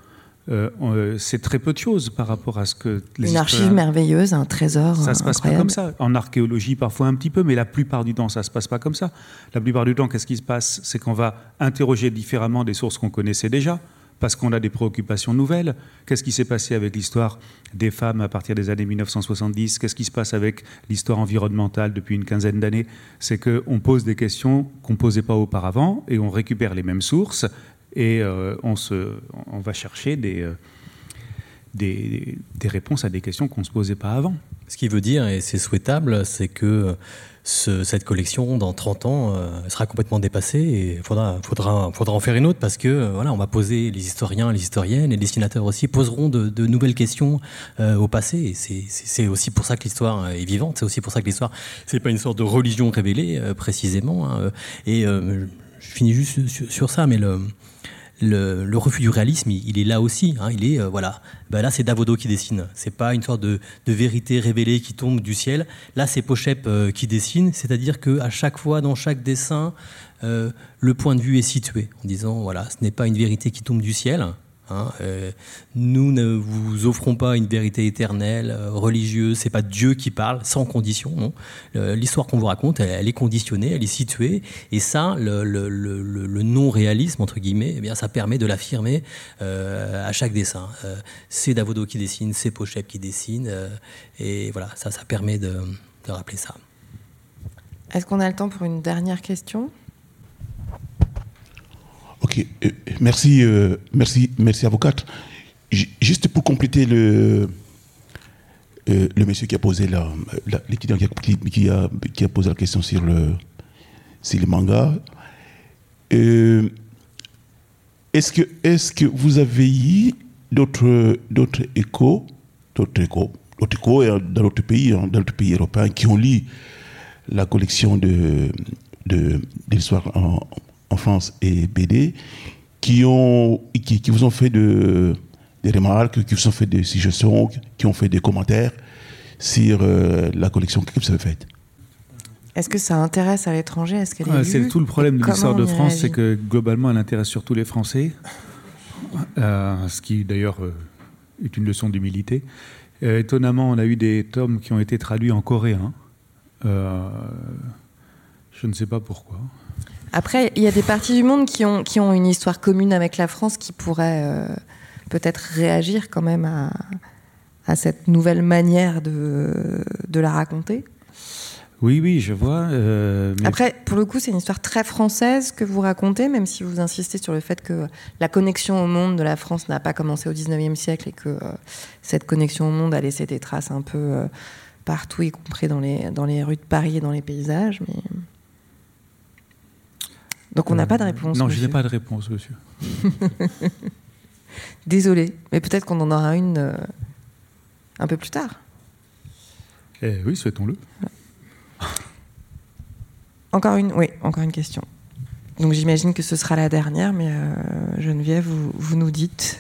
Euh, euh, c'est très peu de choses par rapport à ce que les Une archive merveilleuse, un trésor. Ça se passe incroyable. pas comme ça. En archéologie, parfois un petit peu, mais la plupart du temps, ça se passe pas comme ça. La plupart du temps, qu'est-ce qui se passe? C'est qu'on va interroger différemment des sources qu'on connaissait déjà, parce qu'on a des préoccupations nouvelles. Qu'est-ce qui s'est passé avec l'histoire des femmes à partir des années mille neuf cent soixante-dix? Qu'est-ce qui se passe avec l'histoire environnementale depuis une quinzaine d'années? C'est qu'on pose des questions qu'on ne posait pas auparavant et on récupère les mêmes sources et euh, on, se, on va chercher des, euh, des, des réponses à des questions qu'on ne se posait pas avant. Ce qui veut dire, et c'est souhaitable, c'est que ce, cette collection, dans trente ans, euh, sera complètement dépassée et il faudra, faudra, faudra en faire une autre parce que euh, voilà, on va poser, les historiens, les historiennes, les dessinateurs aussi poseront de, de nouvelles questions euh, au passé. Et c'est, c'est, c'est aussi pour ça que l'histoire est vivante, c'est aussi pour ça que l'histoire, c'est pas une sorte de religion révélée, euh, précisément. Hein, et euh, je finis juste sur, sur ça, mais le... Le, le refus du réalisme, il, il est là aussi. Hein, il est euh, voilà. Ben là, c'est Davodo qui dessine. C'est pas une sorte de, de vérité révélée qui tombe du ciel. Là, c'est Pochep euh, qui dessine. C'est-à-dire que à chaque fois, dans chaque dessin, euh, le point de vue est situé en disant voilà, ce n'est pas une vérité qui tombe du ciel. Hein, euh, nous ne vous offrons pas une vérité éternelle, euh, religieuse. C'est pas Dieu qui parle sans condition. Non. Euh, l'histoire qu'on vous raconte, elle, elle est conditionnée, elle est située, et ça, le, le, le, le non-réalisme entre guillemets, eh bien, ça permet de l'affirmer euh, à chaque dessin. Euh, c'est Davodo qui dessine, c'est Pochep qui dessine, euh, et voilà, ça, ça permet de, de rappeler ça. Est-ce qu'on a le temps pour une dernière question ? Ok, euh, merci, euh, merci, merci avocate. J- juste pour compléter le, euh, le monsieur qui a posé la, la l'étudiant qui a, qui, qui, a, qui a posé la question sur le, sur le manga. Euh, est-ce que, est-ce que vous avez eu d'autres, d'autres échos, d'autres échos, d'autres échos dans d'autres pays, dans d'autres pays européens qui ont lu la collection de, de, de l'histoire en en France et B D, qui, ont, qui, qui vous ont fait de, des remarques, qui vous ont fait des suggestions, qui ont fait des commentaires sur euh, la collection que vous avez faite. Est-ce que ça intéresse à l'étranger? Est-ce qu'elle est ah, lue? C'est tout le problème de l'histoire de France, réagit? c'est que globalement, elle intéresse surtout les Français, euh, ce qui d'ailleurs euh, est une leçon d'humilité. Euh, étonnamment, on a eu des tomes qui ont été traduits en coréen. Euh, je ne sais pas pourquoi. Après, il y a des parties du monde qui ont, qui ont une histoire commune avec la France qui pourraient euh, peut-être réagir quand même à, à cette nouvelle manière de, de la raconter. Oui, oui, je vois. Euh, mais... Après, pour le coup, c'est une histoire très française que vous racontez, même si vous insistez sur le fait que la connexion au monde de la France n'a pas commencé au dix-neuvième siècle et que euh, cette connexion au monde a laissé des traces un peu euh, partout, y compris dans les, dans les rues de Paris et dans les paysages. Mais... Donc on n'a euh, pas de réponse. Non, monsieur. je n'ai pas de réponse, monsieur. Désolé, mais peut-être qu'on en aura une euh, un peu plus tard. Eh oui, souhaitons-le. Encore une, oui, encore une question. Donc j'imagine que ce sera la dernière, mais euh, Geneviève, vous, vous nous dites.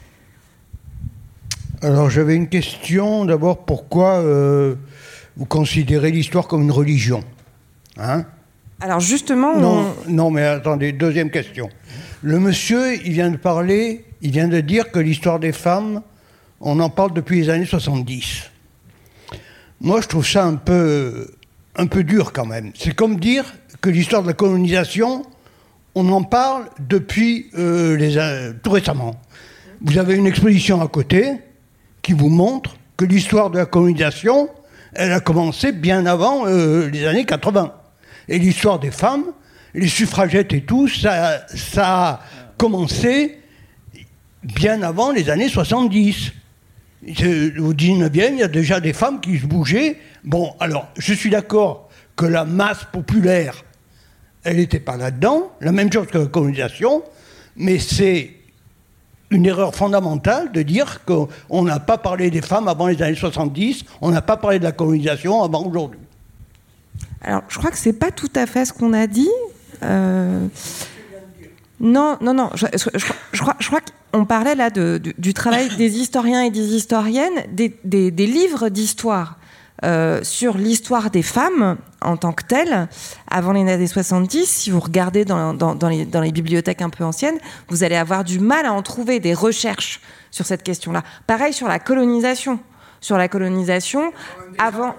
Alors j'avais une question. D'abord, pourquoi euh, vous considérez l'histoire comme une religion, hein? Alors justement... Non, on... non, mais attendez, deuxième question. Le monsieur, il vient de parler, il vient de dire que l'histoire des femmes, on en parle depuis les années soixante-dix. Moi, je trouve ça un peu, un peu dur quand même. C'est comme dire que l'histoire de la colonisation, on en parle depuis euh, les, euh, tout récemment. Vous avez une exposition à côté qui vous montre que l'histoire de la colonisation, elle a commencé bien avant euh, les années quatre-vingts. Et l'histoire des femmes, les suffragettes et tout, ça, ça a commencé bien avant les années soixante-dix. Au dix-neuvième, il y a déjà des femmes qui se bougeaient. Bon, alors, je suis d'accord que la masse populaire, elle n'était pas là-dedans, la même chose que la colonisation, mais c'est une erreur fondamentale de dire qu'on n'a pas parlé des femmes avant les années soixante-dix, on n'a pas parlé de la colonisation avant aujourd'hui. Alors, je crois que c'est pas tout à fait ce qu'on a dit. Euh... Non, non, non. Je, je, je, je crois, je crois qu'on parlait là de, du, du travail des historiens et des historiennes, des, des, des livres d'histoire euh, sur l'histoire des femmes en tant que telle, avant les années soixante-dix. Si vous regardez dans, dans, dans, les, dans les bibliothèques un peu anciennes, vous allez avoir du mal à en trouver des recherches sur cette question-là. Pareil sur la colonisation. Sur la colonisation, avant...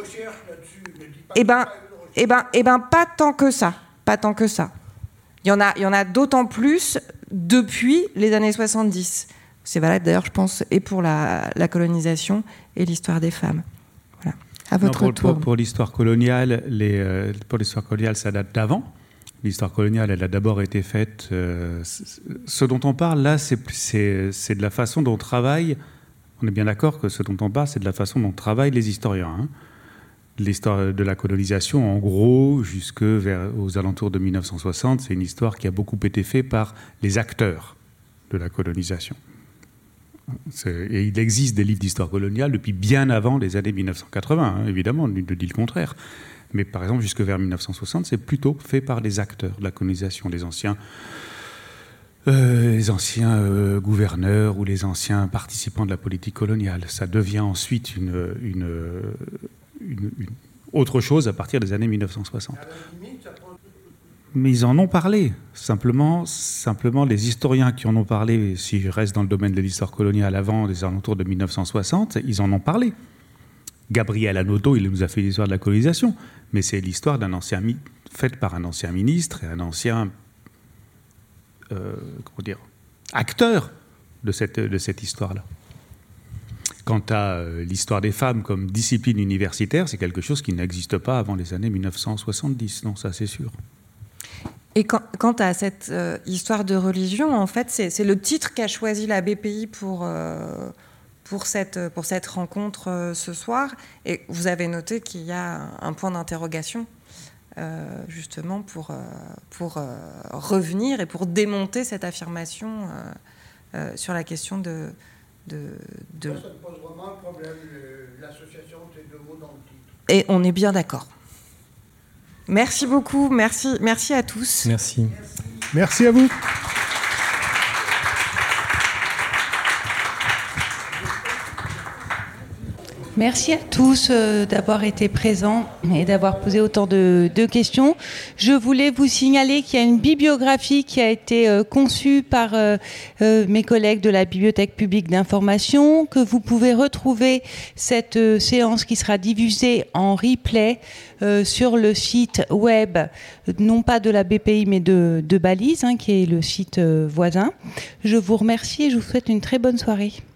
Eh ben, eh ben, eh ben, pas tant que ça. Pas tant que ça. Il y en a, il y en a d'autant plus depuis les années soixante-dix. C'est valable d'ailleurs, je pense, et pour la, la colonisation et l'histoire des femmes. Voilà. À votre non, pour, tour. Pour, pour l'histoire coloniale, les, euh, pour l'histoire coloniale, ça date d'avant. L'histoire coloniale, elle a d'abord été faite. Euh, ce dont on parle là, c'est, c'est, c'est de la façon dont travaillent. On est bien d'accord que ce dont on parle, c'est de la façon dont travaillent les historiens. Hein. L'histoire de la colonisation, en gros, jusque vers, aux alentours de mille neuf cent soixante, c'est une histoire qui a beaucoup été faite par les acteurs de la colonisation. C'est, et il existe des livres d'histoire coloniale depuis bien avant les années mille neuf cent quatre-vingts, hein, évidemment, nul ne dit le contraire. Mais par exemple, jusque vers mille neuf cent soixante, c'est plutôt fait par les acteurs de la colonisation, les anciens, euh, les anciens euh, gouverneurs ou les anciens participants de la politique coloniale. Ça devient ensuite une... une Une, une autre chose à partir des années mille neuf cent soixante. Mais ils en ont parlé. Simplement, simplement, les historiens qui en ont parlé, si je reste dans le domaine de l'histoire coloniale avant les alentours de mille neuf cent soixante, ils en ont parlé. Gabriel Hanotaux, il nous a fait l'histoire de la colonisation, mais c'est l'histoire d'un ancien faite par un ancien ministre et un ancien euh, comment dire, acteur de cette, de cette histoire-là. Quant à l'histoire des femmes comme discipline universitaire, c'est quelque chose qui n'existe pas avant les années mille neuf cent soixante-dix, non, ça c'est sûr. Et quand, quant à cette euh, histoire de religion, en fait, c'est, c'est le titre qu'a choisi la B P I pour, euh, pour, cette, pour cette rencontre euh, ce soir. Et vous avez noté qu'il y a un point d'interrogation, euh, justement, pour, euh, pour euh, revenir et pour démonter cette affirmation euh, euh, sur la question de... De, de... Ça pose vraiment un problème, le, l'association de ces deux mots dans le titre. Et on est bien d'accord. Merci beaucoup, merci, merci à tous. Merci. Merci à vous. Merci à tous euh, d'avoir été présents et d'avoir posé autant de, de questions. Je voulais vous signaler qu'il y a une bibliographie qui a été euh, conçue par euh, euh, mes collègues de la Bibliothèque publique d'information, que vous pouvez retrouver cette euh, séance qui sera diffusée en replay euh, sur le site web, non pas de la B P I mais de, de Balise, hein, qui est le site euh, voisin. Je vous remercie et je vous souhaite une très bonne soirée.